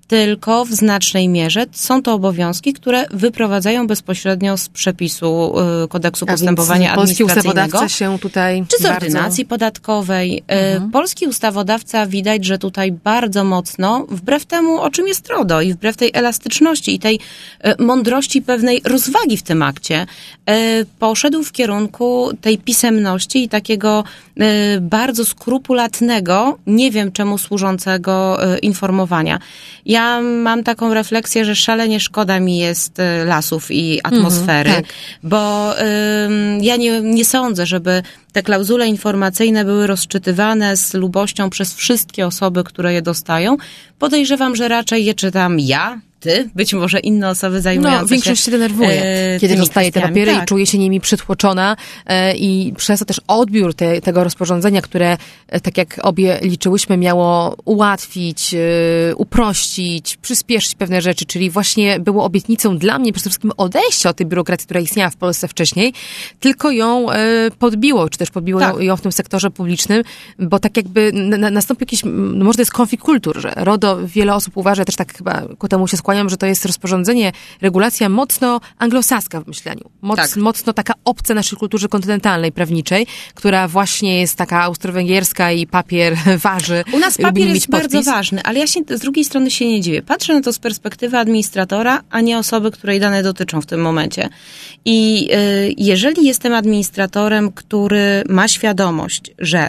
tylko w znacznej mierze są to obowiązki, które wyprowadzają bezpośrednio z przepisu y, kodeksu A postępowania administracyjnego. Polski ustawodawca się tutaj Czy z bardzo... ordynacji podatkowej. Mhm. Polski ustawodawca widać, że tutaj bardzo mocno, wbrew temu, o czym jest RODO i wbrew tej elastyczności i tej mądrości, pewnej rozwagi w tym akcie, poszedł w kierunku tej pisemności i takiego bardzo skrupulatnego, nie wiem czemu służącego informowania. Ja mam taką refleksję, że szalenie szkoda mi jest lasów i atmosfery, mm, tak. bo ym, ja nie, nie sądzę, żeby te klauzule informacyjne były rozczytywane z lubością przez wszystkie osoby, które je dostają. Podejrzewam, że raczej je czytam ja, ty, być może inne osoby zajmujące no, większość się, się denerwuje, e, kiedy dostaje te papiery tak. i czuje się nimi przytłoczona e, i przez to też odbiór te, tego rozporządzenia, które, e, tak jak obie liczyłyśmy, miało ułatwić, e, uprościć, przyspieszyć pewne rzeczy, czyli właśnie było obietnicą dla mnie przede wszystkim odejścia od tej biurokracji, która istniała w Polsce wcześniej, tylko ją e, podbiło, czy też podbiło tak. ją, ją w tym sektorze publicznym, bo tak jakby na, nastąpił jakiś, no może to jest konflikt kultur, że RODO, wiele osób uważa, też tak chyba ku temu się skłaniam, że to jest rozporządzenie, regulacja mocno anglosaska w myśleniu. Moc, tak. Mocno taka obca naszej kulturze kontynentalnej, prawniczej, która właśnie jest taka austro-węgierska i papier waży. U nas papier jest bardzo ważny, ale ja się z drugiej strony się nie dziwię. Patrzę na to z perspektywy administratora, a nie osoby, której dane dotyczą w tym momencie. I y, jeżeli jestem administratorem, który ma świadomość, że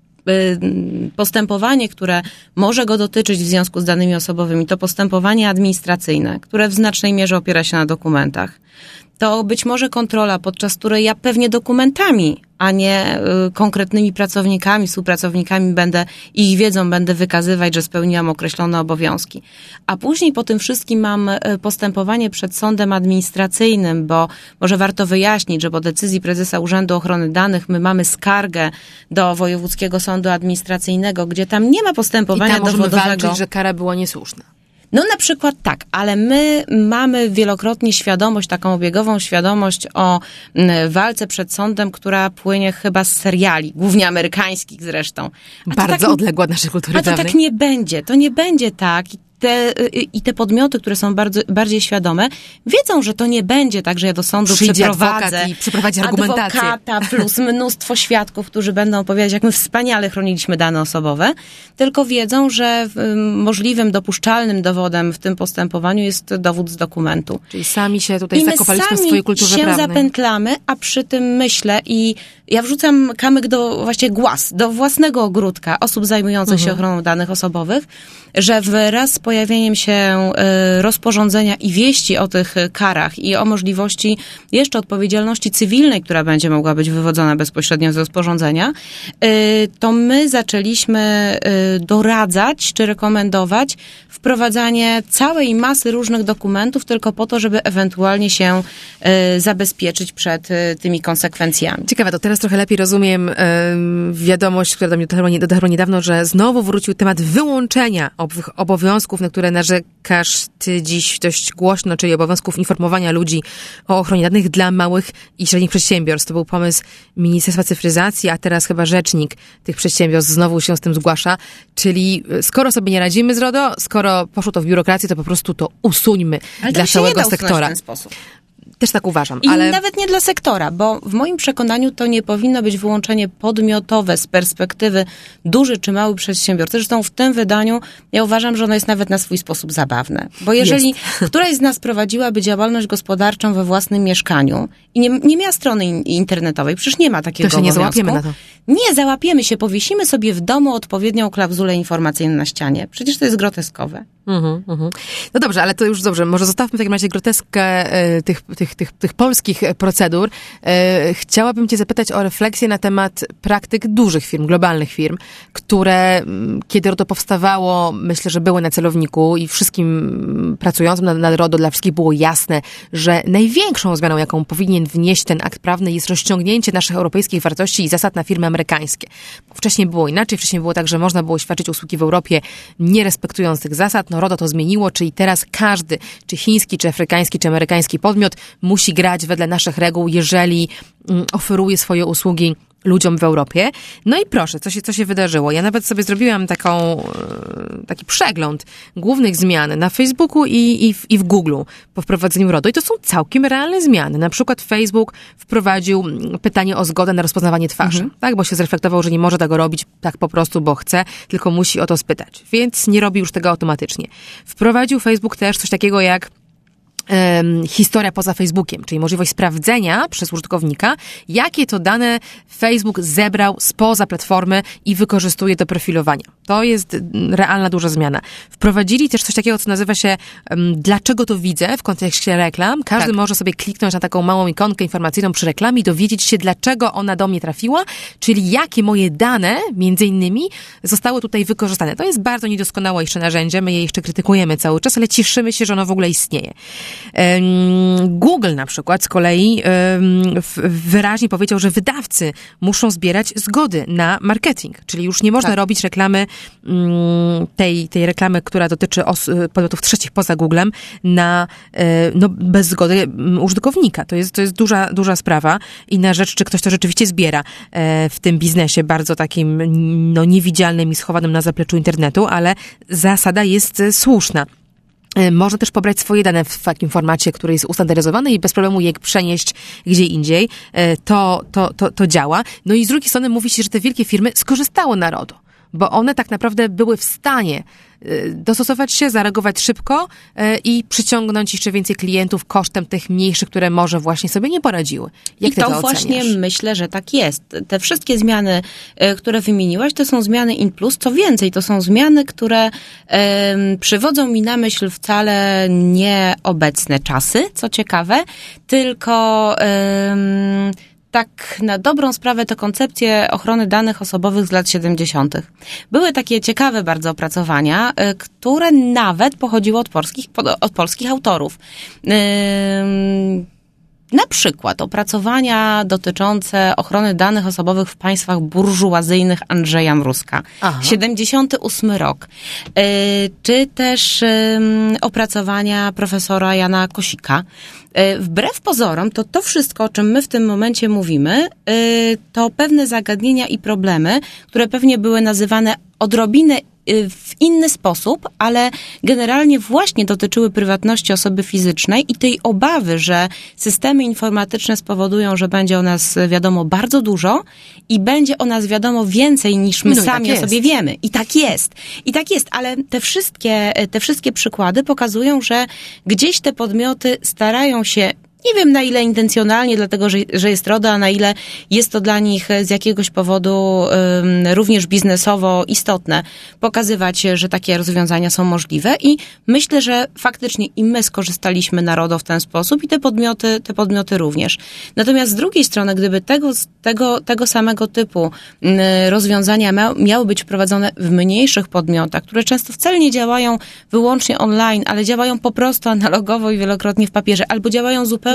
postępowanie, które może go dotyczyć w związku z danymi osobowymi, to postępowanie administracyjne, które w znacznej mierze opiera się na dokumentach, to być może kontrola, podczas której ja pewnie dokumentami, a nie y, konkretnymi pracownikami, współpracownikami będę, ich wiedzą będę wykazywać, że spełniłam określone obowiązki. A później po tym wszystkim mam y, postępowanie przed sądem administracyjnym, bo może warto wyjaśnić, że po decyzji prezesa Urzędu Ochrony Danych my mamy skargę do Wojewódzkiego Sądu Administracyjnego, gdzie tam nie ma postępowania I tam możemy dowodowego. walczyć, że kara była niesłuszna. No na przykład tak, ale my mamy wielokrotnie świadomość, taką obiegową świadomość o walce przed sądem, która płynie chyba z seriali, głównie amerykańskich zresztą. A Bardzo tak, odległa od naszej kultury A to dawnej. tak nie będzie, to nie będzie tak. Te, I te podmioty, które są bardzo, bardziej świadome, wiedzą, że to nie będzie tak, że ja do sądu Przyjdzie przeprowadzę i przeprowadzi argumentację. Adwokata plus mnóstwo świadków, którzy będą opowiadać, jak my wspaniale chroniliśmy dane osobowe, tylko wiedzą, że możliwym, dopuszczalnym dowodem w tym postępowaniu jest dowód z dokumentu. Czyli sami się tutaj I zakopaliśmy w swojej kulturze się prawnej. zapętlamy, a przy tym myślę i ja wrzucam kamyk do, właśnie głaz, do własnego ogródka osób zajmujących mhm. się ochroną danych osobowych, że wraz z pojawieniem się y, rozporządzenia i wieści o tych karach i o możliwości jeszcze odpowiedzialności cywilnej, która będzie mogła być wywodzona bezpośrednio z rozporządzenia, y, to my zaczęliśmy y, doradzać czy rekomendować wprowadzanie całej masy różnych dokumentów tylko po to, żeby ewentualnie się y, zabezpieczyć przed y, tymi konsekwencjami. Ciekawe, to teraz trochę lepiej rozumiem y, wiadomość, która do mnie dotarła, dotarła niedawno, że znowu wrócił temat wyłączenia owych obowiązków, na które narzekasz ty dziś dość głośno, czyli obowiązków informowania ludzi o ochronie danych dla małych i średnich przedsiębiorstw. To był pomysł Ministerstwa Cyfryzacji, a teraz chyba rzecznik tych przedsiębiorstw znowu się z tym zgłasza. Czyli skoro sobie nie radzimy z RODO, skoro poszło to w biurokrację, to po prostu to usuńmy Ale dla to całego się nie da sektora. w ten sposób. Też tak uważam. I ale... nawet nie dla sektora, bo w moim przekonaniu to nie powinno być wyłączenie podmiotowe z perspektywy duży czy mały przedsiębiorcy. Zresztą w tym wydaniu ja uważam, że ono jest nawet na swój sposób zabawne. Bo jeżeli jest. któraś z nas prowadziłaby działalność gospodarczą we własnym mieszkaniu i nie, nie miała strony internetowej, przecież nie ma takiego to się nie załapiemy na to. Nie, załapiemy się, powiesimy sobie w domu odpowiednią klauzulę informacyjną na ścianie. Przecież to jest groteskowe. Mhm, mhm. No dobrze, ale to już dobrze. Może zostawmy w takim razie groteskę e, tych, tych, tych, tych polskich procedur. E, chciałabym cię zapytać o refleksję na temat praktyk dużych firm, globalnych firm, które kiedy RODO powstawało, myślę, że były na celowniku i wszystkim pracującym nad, nad RODO, dla wszystkich było jasne, że największą zmianą, jaką powinien wnieść ten akt prawny, jest rozciągnięcie naszych europejskich wartości i zasad na firmy amerykańskie. Wcześniej było inaczej. Wcześniej było tak, że można było świadczyć usługi w Europie, nie respektując tych zasad. No RODO to zmieniło, czyli teraz każdy, czy chiński, czy afrykański, czy amerykański podmiot musi grać wedle naszych reguł, jeżeli um, oferuje swoje usługi ludziom w Europie. No i proszę, co się, co się wydarzyło? Ja nawet sobie zrobiłam taką, taki przegląd głównych zmian na Facebooku i, i, w, i w Google po wprowadzeniu RODO. I to są całkiem realne zmiany. Na przykład Facebook wprowadził pytanie o zgodę na rozpoznawanie twarzy, mhm. tak? Bo się zreflektował, że nie może tego robić tak po prostu, bo chce, tylko musi o to spytać. Więc nie robi już tego automatycznie. Wprowadził Facebook też coś takiego jak Um, historia poza Facebookiem, czyli możliwość sprawdzenia przez użytkownika, jakie to dane Facebook zebrał spoza platformy i wykorzystuje do profilowania. To jest realna duża zmiana. Wprowadzili też coś takiego, co nazywa się um, dlaczego to widzę w kontekście reklam. Każdy tak. może sobie kliknąć na taką małą ikonkę informacyjną przy reklamie i dowiedzieć się, dlaczego ona do mnie trafiła, czyli jakie moje dane, między innymi, zostały tutaj wykorzystane. To jest bardzo niedoskonałe jeszcze narzędzie, my je jeszcze krytykujemy cały czas, ale cieszymy się, że ono w ogóle istnieje. Google na przykład z kolei wyraźnie powiedział, że wydawcy muszą zbierać zgody na marketing, czyli już nie można tak. robić reklamy, tej, tej reklamy, która dotyczy os- podmiotów trzecich poza Googlem, na, no, bez zgody użytkownika. To jest, to jest duża, duża sprawa i na rzecz, czy ktoś to rzeczywiście zbiera w tym biznesie bardzo takim no, niewidzialnym i schowanym na zapleczu internetu, ale zasada jest słuszna. Można też pobrać swoje dane w takim formacie, który jest ustandaryzowany i bez problemu je przenieść gdzie indziej. To, to, to, to działa. No i z drugiej strony mówi się, że te wielkie firmy skorzystały na RODO, bo one tak naprawdę były w stanie dostosować się, zareagować szybko i przyciągnąć jeszcze więcej klientów kosztem tych mniejszych, które może właśnie sobie nie poradziły. Jak I to, to właśnie oceniasz? Myślę, że tak jest. Te wszystkie zmiany, które wymieniłaś, to są zmiany in plus. Co więcej, to są zmiany, które um, przywodzą mi na myśl wcale nie obecne czasy, co ciekawe, tylko um, tak na dobrą sprawę to koncepcje ochrony danych osobowych z lat siedemdziesiątych. Były takie ciekawe bardzo opracowania, które nawet pochodziły od polskich, od polskich autorów. Na przykład opracowania dotyczące ochrony danych osobowych w państwach burżuazyjnych Andrzeja Mrózka. Aha. siedemdziesiąty ósmy rok. Czy też opracowania profesora Jana Kosika. Wbrew pozorom, to to wszystko, o czym my w tym momencie mówimy, to pewne zagadnienia i problemy, które pewnie były nazywane odrobinę w inny sposób, ale generalnie właśnie dotyczyły prywatności osoby fizycznej i tej obawy, że systemy informatyczne spowodują, że będzie o nas wiadomo bardzo dużo i będzie o nas wiadomo więcej niż my no sami tak o sobie wiemy. I tak jest. I tak jest, ale te wszystkie, te wszystkie przykłady pokazują, że gdzieś te podmioty starają się, nie wiem na ile intencjonalnie, dlatego że, że jest RODO, a na ile jest to dla nich z jakiegoś powodu um, również biznesowo istotne, pokazywać, że takie rozwiązania są możliwe i myślę, że faktycznie i my skorzystaliśmy na RODO w ten sposób i te podmioty, te podmioty również. Natomiast z drugiej strony, gdyby tego, tego, tego samego typu um, rozwiązania mia, miały być wprowadzone w mniejszych podmiotach, które często wcale nie działają wyłącznie online, ale działają po prostu analogowo i wielokrotnie w papierze, albo działają zupełnie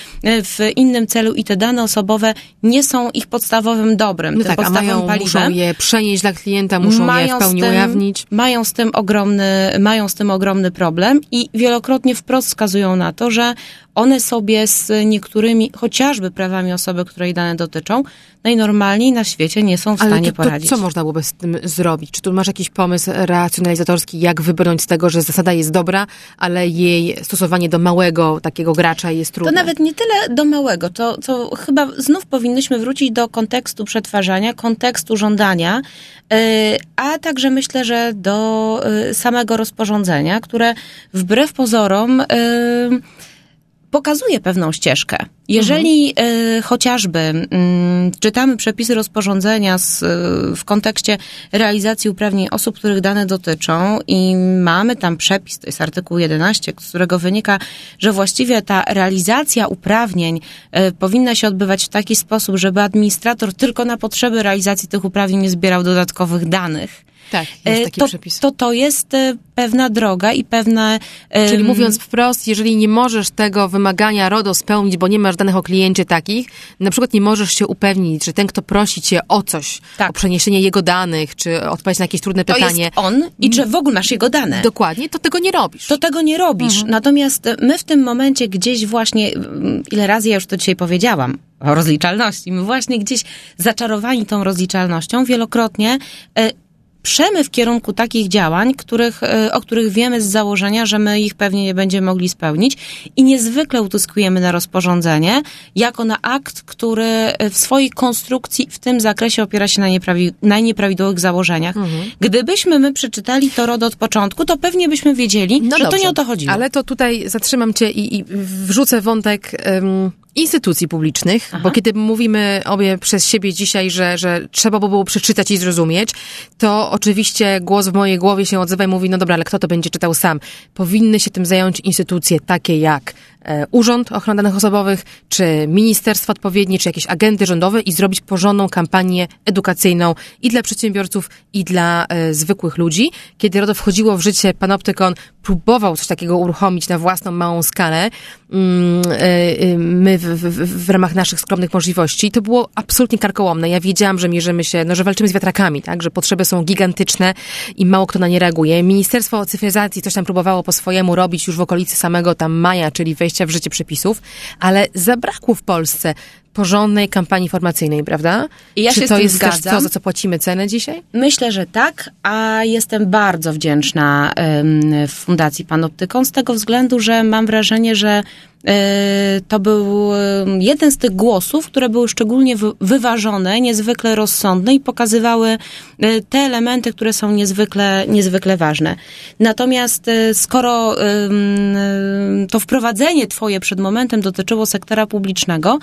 w innym celu i te dane osobowe nie są ich podstawowym dobrem, no tym tak, podstawowym a mają, paliwem. Muszą je przenieść dla klienta, muszą mają je w pełni tym, ujawnić. Mają z tym ogromny, mają z tym ogromny problem i wielokrotnie wprost wskazują na to, że one sobie z niektórymi, chociażby prawami osoby, której dane dotyczą, najnormalniej na świecie nie są w Ale stanie to, to, poradzić. Co można byłoby z tym zrobić? Czy tu masz jakiś pomysł racjonalizatorski, jak wybrnąć z tego, że zasada jest dobra, ale jej stosowanie do małego takiego gracza jest trudne? To nawet nie tyle do małego, to, to chyba znów powinnyśmy wrócić do kontekstu przetwarzania, kontekstu żądania, yy, a także myślę, że do yy, samego rozporządzenia, które wbrew pozorom yy, pokazuje pewną ścieżkę. Jeżeli mhm. y, chociażby y, czytamy przepisy rozporządzenia z, y, w kontekście realizacji uprawnień osób, których dane dotyczą i mamy tam przepis, to jest artykuł jedenaście, z którego wynika, że właściwie ta realizacja uprawnień y, powinna się odbywać w taki sposób, żeby administrator tylko na potrzeby realizacji tych uprawnień nie zbierał dodatkowych danych. Tak, jest taki to, przepis. To to jest pewna droga i pewne... Czyli um, mówiąc wprost, jeżeli nie możesz tego wymagania RODO spełnić, bo nie masz danych o kliencie takich, na przykład nie możesz się upewnić, że ten, kto prosi cię o coś, tak. o przeniesienie jego danych, czy odpowiedź na jakieś trudne to pytanie. Jest on i czy w ogóle masz jego dane. Dokładnie, to tego nie robisz. To tego nie robisz. Mhm. Natomiast my w tym momencie gdzieś właśnie, ile razy ja już to dzisiaj powiedziałam, o rozliczalności, my właśnie gdzieś zaczarowani tą rozliczalnością wielokrotnie y, przemy w kierunku takich działań, których, o których wiemy z założenia, że my ich pewnie nie będziemy mogli spełnić i niezwykle utyskujemy na rozporządzenie jako na akt, który w swojej konstrukcji w tym zakresie opiera się na, nieprawi- na nieprawidłowych założeniach. Mhm. Gdybyśmy my przeczytali to RODO od początku, to pewnie byśmy wiedzieli, no że dobrze, to nie o to chodziło. Ale to tutaj zatrzymam cię i, i wrzucę wątek... Um... instytucji publicznych, Aha. bo kiedy mówimy obie przez siebie dzisiaj, że, że trzeba by było przeczytać i zrozumieć, to oczywiście głos w mojej głowie się odzywa i mówi, no dobra, ale kto to będzie czytał sam? Powinny się tym zająć instytucje takie jak e, Urząd Ochrony Danych Osobowych, czy ministerstwa odpowiednie, czy jakieś agendy rządowe i zrobić porządną kampanię edukacyjną i dla przedsiębiorców, i dla e, zwykłych ludzi. Kiedy RODO wchodziło w życie, Panoptykon próbował coś takiego uruchomić na własną małą skalę. Mm, e, my w, w, w ramach naszych skromnych możliwości. To było absolutnie karkołomne. Ja wiedziałam, że mierzymy się, no, że walczymy z wiatrakami, tak, że potrzeby są gigantyczne i mało kto na nie reaguje. Ministerstwo Cyfryzacji coś tam próbowało po swojemu robić już w okolicy samego tam maja, czyli wejścia w życie przepisów, ale zabrakło w Polsce porządnej kampanii informacyjnej, prawda? I ja Czy się to z tym jest zgadzam. też to, za co płacimy cenę dzisiaj? Myślę, że tak, a jestem bardzo wdzięczna um, Fundacji Panoptykon z tego względu, że mam wrażenie, że to był jeden z tych głosów, które były szczególnie wyważone, niezwykle rozsądne i pokazywały te elementy, które są niezwykle, niezwykle ważne. Natomiast skoro to wprowadzenie twoje przed momentem dotyczyło sektora publicznego,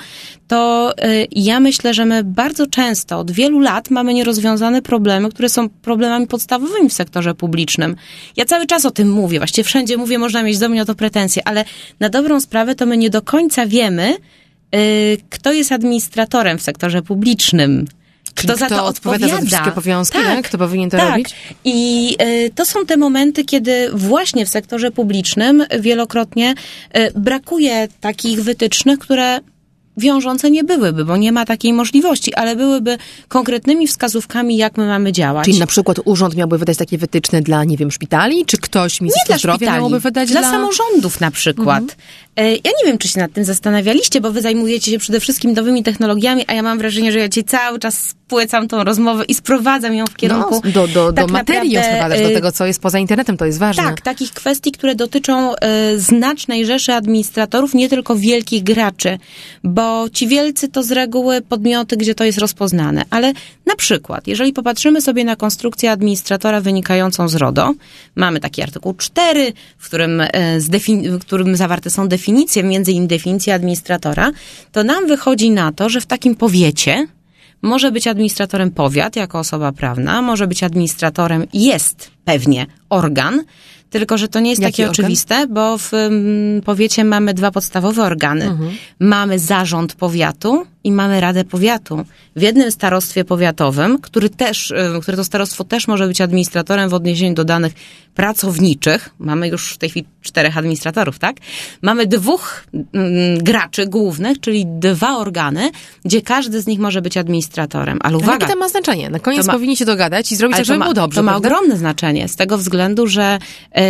to ja myślę, że my bardzo często od wielu lat mamy nierozwiązane problemy, które są problemami podstawowymi w sektorze publicznym. Ja cały czas o tym mówię, właściwie wszędzie mówię, można mieć do mnie o to pretensje, ale na dobrą sprawę to my nie do końca wiemy, yy, kto jest administratorem w sektorze publicznym. Kto, kto za to odpowiada odpowiada. za te wszystkie obowiązki, tak? tak? Kto powinien to tak. robić? I y, to są te momenty, kiedy właśnie w sektorze publicznym wielokrotnie y, brakuje takich wytycznych, które wiążące nie byłyby, bo nie ma takiej możliwości, ale byłyby konkretnymi wskazówkami, jak my mamy działać. Czyli na przykład urząd miałby wydać takie wytyczne dla, nie wiem, szpitali? Czy ktoś, Ministerstwo Zdrowia miałoby wydać dla... Dla samorządów na przykład. Mhm. Ja nie wiem, czy się nad tym zastanawialiście, bo wy zajmujecie się przede wszystkim nowymi technologiami, a ja mam wrażenie, że ja ci cały czas spłycam tą rozmowę i sprowadzam ją w kierunku... No, do do, tak do materii ją sprowadzasz, do tego, co jest poza internetem, to jest ważne. Tak, takich kwestii, które dotyczą y, znacznej rzeszy administratorów, nie tylko wielkich graczy, bo ci wielcy to z reguły podmioty, gdzie to jest rozpoznane. Ale na przykład, jeżeli popatrzymy sobie na konstrukcję administratora wynikającą z RODO, mamy taki artykuł cztery, w którym, y, z defini- w którym zawarte są definicje, między innymi definicje administratora, to nam wychodzi na to, że w takim powiecie może być administratorem powiat jako osoba prawna, może być administratorem, jest pewnie organ, tylko że to nie jest Jaki takie organ? oczywiste, bo w um, powiecie mamy dwa podstawowe organy. Mhm. Mamy zarząd powiatu i mamy radę powiatu. W jednym starostwie powiatowym, który też, które to starostwo też może być administratorem w odniesieniu do danych pracowniczych. Mamy już w tej chwili czterech administratorów, tak? Mamy dwóch mm, graczy głównych, czyli dwa organy, gdzie każdy z nich może być administratorem. Ale uwaga. Jakie to ma znaczenie? Na koniec ma, powinni się dogadać i zrobić tak, żeby ma, było dobrze, To ma prawda? ogromne znaczenie z tego względu, że yy,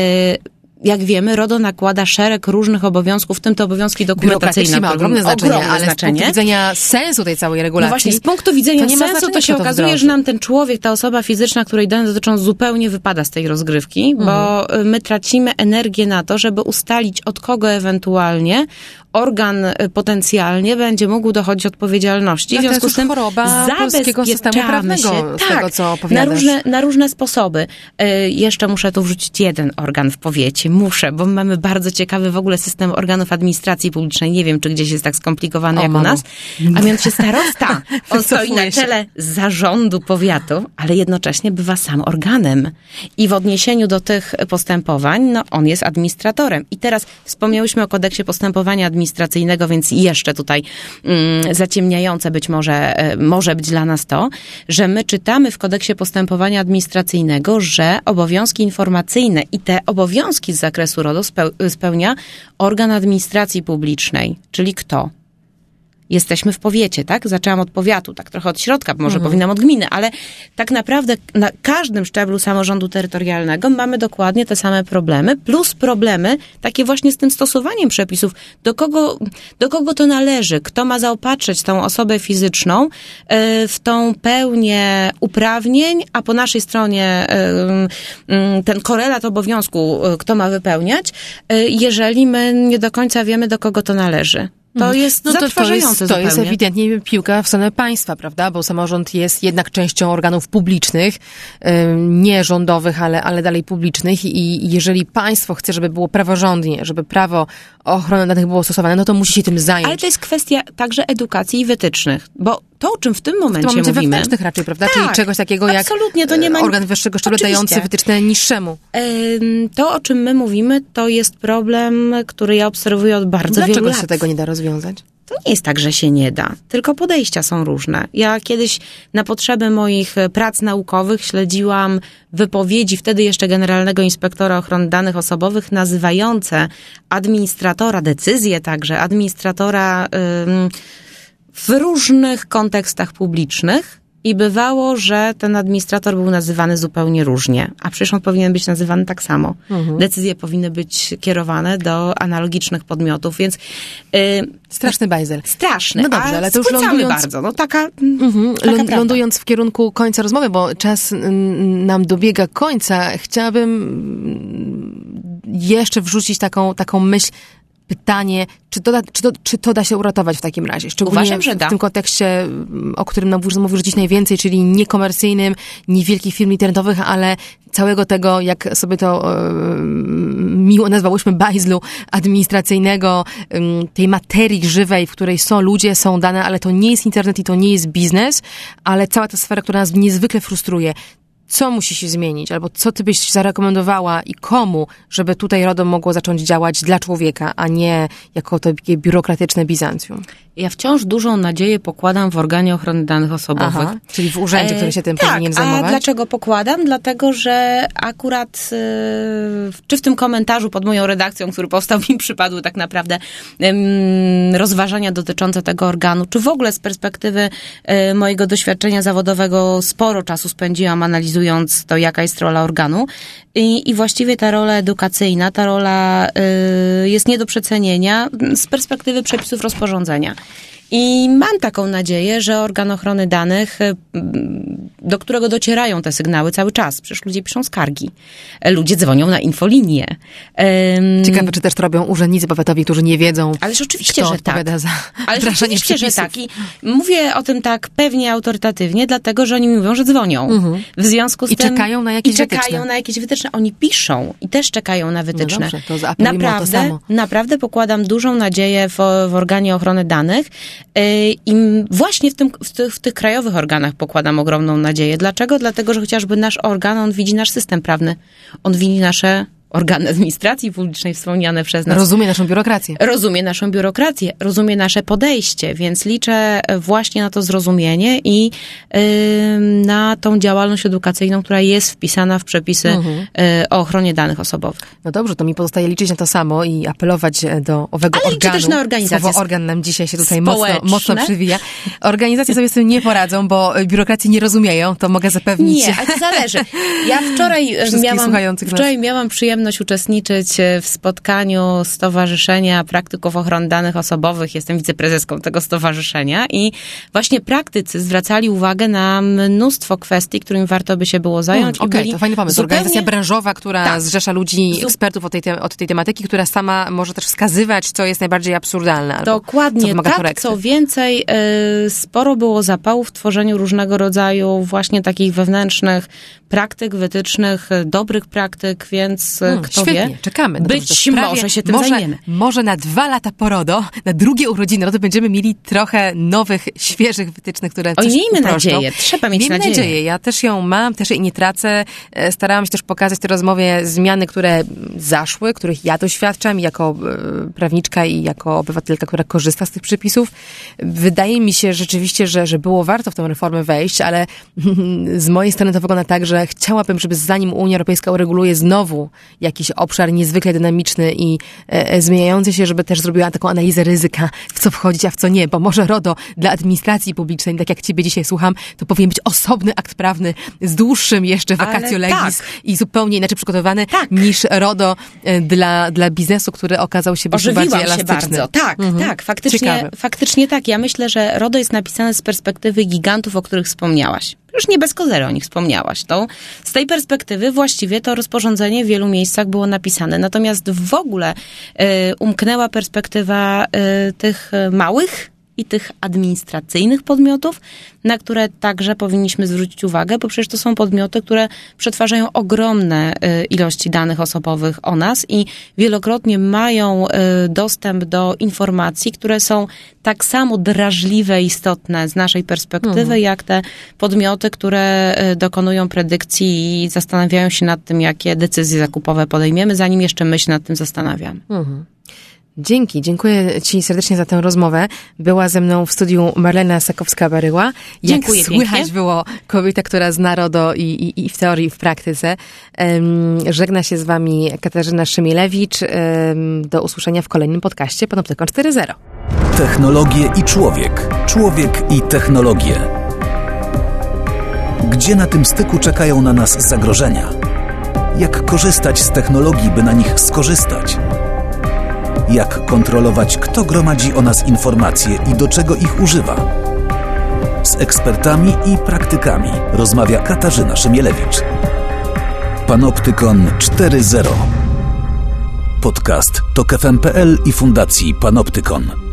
jak wiemy, RODO nakłada szereg różnych obowiązków, w tym te obowiązki dokumentacyjne. Ma ogromne znaczenie, ogromne ale znaczenie. z punktu widzenia sensu tej całej regulacji... No właśnie, z punktu widzenia to sensu to się okazuje, że nam ten człowiek, ta osoba fizyczna, której dane dotyczą, zupełnie wypada z tej rozgrywki, mhm. bo my tracimy energię na to, żeby ustalić, od kogo ewentualnie organ potencjalnie będzie mógł dochodzić odpowiedzialności. No, w związku z tym choroba polskiego systemu prawnego, się, z tego, co opowiadasz. Na różne, na różne sposoby. Y, jeszcze muszę tu wrzucić jeden organ w powiecie, muszę, bo mamy bardzo ciekawy w ogóle system organów administracji publicznej. Nie wiem, czy gdzieś jest tak skomplikowany o, jak mamo. u nas. A mianowicie starosta, on stoi na czele zarządu powiatu, ale jednocześnie bywa sam organem. I w odniesieniu do tych postępowań, no on jest administratorem. I teraz wspomniałyśmy o kodeksie postępowania administracyjnego, więc jeszcze tutaj mm, zaciemniające być może, e, może być dla nas to, że my czytamy w kodeksie postępowania administracyjnego, że obowiązki informacyjne i te obowiązki z zakresu RODO spełnia organ administracji publicznej, czyli kto? Jesteśmy w powiecie, tak? Zaczęłam od powiatu, tak trochę od środka, może mhm. powinnam od gminy, ale tak naprawdę na każdym szczeblu samorządu terytorialnego mamy dokładnie te same problemy, plus problemy takie właśnie z tym stosowaniem przepisów. Do kogo, do kogo to należy? Kto ma zaopatrzyć tą osobę fizyczną w tą pełnię uprawnień, a po naszej stronie ten korelat obowiązku, kto ma wypełniać, jeżeli my nie do końca wiemy, do kogo to należy. To jest no to, zatrważające to jest, to jest ewidentnie piłka w stronę państwa, prawda? Bo samorząd jest jednak częścią organów publicznych, nie rządowych, ale, ale dalej publicznych i jeżeli państwo chce, żeby było praworządnie, żeby prawo o ochronie danych było stosowane, no to musi się tym zająć. Ale to jest kwestia także edukacji i wytycznych, bo to, o czym w tym momencie, w tym momencie mówimy... wewnętrznych raczej, prawda? Tak, czyli czegoś takiego jak to nie ma... organ wyższego szczebla dający wytyczne niższemu. To, o czym my mówimy, to jest problem, który ja obserwuję od bardzo Dlaczego wielu lat. Dlaczego się tego nie da rozwiązać? To nie jest tak, że się nie da, tylko podejścia są różne. Ja kiedyś na potrzeby moich prac naukowych śledziłam wypowiedzi wtedy jeszcze Generalnego Inspektora Ochrony Danych Osobowych nazywające administratora, decyzje także, administratora ym, w różnych kontekstach publicznych. I bywało, że ten administrator był nazywany zupełnie różnie, a przecież on powinien być nazywany tak samo. Mhm. Decyzje powinny być kierowane do analogicznych podmiotów, więc... Yy, straszny bajzel. Straszny, no dobrze, ale to już lądując, bardzo. No taka, mhm, taka ląd, lądując w kierunku końca rozmowy, bo czas nam dobiega końca, chciałabym jeszcze wrzucić taką, taką myśl, pytanie, czy to, da, czy, to, czy to da się uratować w takim razie? Szczególnie Uważam, że da. w tym kontekście, o którym nam mówisz dziś najwięcej, czyli niekomercyjnym, niewielkich firm internetowych, ale całego tego, jak sobie to e, miło nazwałyśmy, bajzlu administracyjnego, e, tej materii żywej, w której są ludzie, są dane, ale to nie jest internet i to nie jest biznes, ale cała ta sfera, która nas niezwykle frustruje. Co musi się zmienić? Albo co ty byś zarekomendowała i komu, żeby tutaj RODO mogło zacząć działać dla człowieka, a nie jako to takie biurokratyczne Bizancjum? Ja wciąż dużą nadzieję pokładam w organie ochrony danych osobowych. Aha, czyli w urzędzie, który się tym e, tak, powinien zajmować? A dlaczego pokładam? Dlatego, że akurat e, czy w tym komentarzu pod moją redakcją, który powstał, mi przypadły tak naprawdę e, rozważania dotyczące tego organu, czy w ogóle z perspektywy e, mojego doświadczenia zawodowego sporo czasu spędziłam analizując to, jaka jest rola organu. I, i właściwie ta rola edukacyjna, ta rola y, jest nie do przecenienia z perspektywy przepisów rozporządzenia. I mam taką nadzieję, że organ ochrony danych, do którego docierają te sygnały cały czas, przecież ludzie piszą skargi, ludzie dzwonią na infolinię. Ciekawe, czy też to robią urzędnicy powiatowi, którzy nie wiedzą, Ależ oczywiście, kto że tak. za Ależ oczywiście, że tak. I mówię o tym tak pewnie, autorytatywnie, dlatego, że oni mówią, że dzwonią. Mhm. W związku z I tym... czekają na jakieś I czekają wytyczne. na jakieś wytyczne. Oni piszą i też czekają na wytyczne. No dobrze, to zaapelujmy o to samo. Naprawdę pokładam dużą nadzieję w, w organie ochrony danych i właśnie w, tym, w, tych, w tych krajowych organach pokładam ogromną nadzieję. Dlaczego? Dlatego, że chociażby nasz organ, on widzi nasz system prawny. On widzi nasze organy administracji publicznej wspomniane przez nas. Rozumie naszą biurokrację. Rozumie naszą biurokrację, rozumie nasze podejście, więc liczę właśnie na to zrozumienie i yy, na tą działalność edukacyjną, która jest wpisana w przepisy mhm. yy, o ochronie danych osobowych. No dobrze, to mi pozostaje liczyć na to samo i apelować do owego Ale organu. też na organizacje. Słowo organ nam dzisiaj się tutaj mocno, mocno przywija. Organizacje sobie z tym nie poradzą, bo biurokracji nie rozumieją, to mogę zapewnić. Nie, ale to zależy. Ja wczoraj miałam, wczoraj miałam przyjemność uczestniczyć w spotkaniu Stowarzyszenia Praktyków Ochrony Danych Osobowych. Jestem wiceprezeską tego stowarzyszenia i właśnie praktycy zwracali uwagę na mnóstwo kwestii, którymi warto by się było zająć. Hmm, Okej, okay, to fajny pomysł. Zupełnie... Organizacja branżowa, która tak. zrzesza ludzi, ekspertów od tej, te, od tej tematyki, która sama może też wskazywać, co jest najbardziej absurdalne. Albo Dokładnie, co wymaga tak, korekty. Co więcej, y, sporo było zapału w tworzeniu różnego rodzaju właśnie takich wewnętrznych praktyk, wytycznych, dobrych praktyk, więc Mm, kto świetnie, wie, czekamy. No być dobrze, prawie, może się tym może, zajmiemy. Może na dwa lata po RODO, na drugie urodziny RODO będziemy mieli trochę nowych, świeżych wytycznych, które Oj, coś miejmy uproszczą. nadzieję, trzeba mieć miejmy nadzieję. nadzieję. Ja też ją mam, też jej nie tracę. Starałam się też pokazać w tej rozmowie zmiany, które zaszły, których ja doświadczam jako e, prawniczka i jako obywatelka, która korzysta z tych przepisów. Wydaje mi się rzeczywiście, że, że było warto w tę reformę wejść, ale z mojej strony to wygląda tak, że chciałabym, żeby zanim Unia Europejska ureguluje znowu jakiś obszar niezwykle dynamiczny i e, zmieniający się, żeby też zrobiła taką analizę ryzyka, w co wchodzić, a w co nie, bo może RODO dla administracji publicznej, tak jak ciebie dzisiaj słucham, to powinien być osobny akt prawny z dłuższym jeszcze vacatio legis tak. i zupełnie inaczej przygotowany tak. niż RODO e, dla, dla biznesu, który okazał się być bardziej elastyczny. Się bardzo. Tak, mhm. tak, faktycznie, faktycznie tak. Ja myślę, że RODO jest napisane z perspektywy gigantów, o których wspomniałaś. Już nie bez kozery o nich wspomniałaś. To z tej perspektywy właściwie to rozporządzenie w wielu miejscach było napisane. Natomiast w ogóle y, umknęła perspektywa y, tych małych i tych administracyjnych podmiotów, na które także powinniśmy zwrócić uwagę, bo przecież to są podmioty, które przetwarzają ogromne y, ilości danych osobowych o nas i wielokrotnie mają y, dostęp do informacji, które są tak samo drażliwe i istotne z naszej perspektywy, mhm. jak te podmioty, które y, dokonują predykcji i zastanawiają się nad tym, jakie decyzje zakupowe podejmiemy, zanim jeszcze my się nad tym zastanawiamy. Mhm. Dzięki, dziękuję ci serdecznie za tę rozmowę. Była ze mną w studiu Marlena Sakowska-Baryła. Jak Dziękuję słychać pięknie. Było kobieta, która zna RODO i, i, i w teorii, i w praktyce. Um, żegna się z wami Katarzyna Szymielewicz. Um, do usłyszenia w kolejnym podcaście Panoptykon cztery zero. Technologie i człowiek. Człowiek i technologie. Gdzie na tym styku czekają na nas zagrożenia? Jak korzystać z technologii, by na nich skorzystać? Jak kontrolować, kto gromadzi o nas informacje i do czego ich używa? Z ekspertami i praktykami rozmawia Katarzyna Szymielewicz. Panoptykon cztery zero. Podcast Tok F M kropka P L i Fundacji Panoptykon.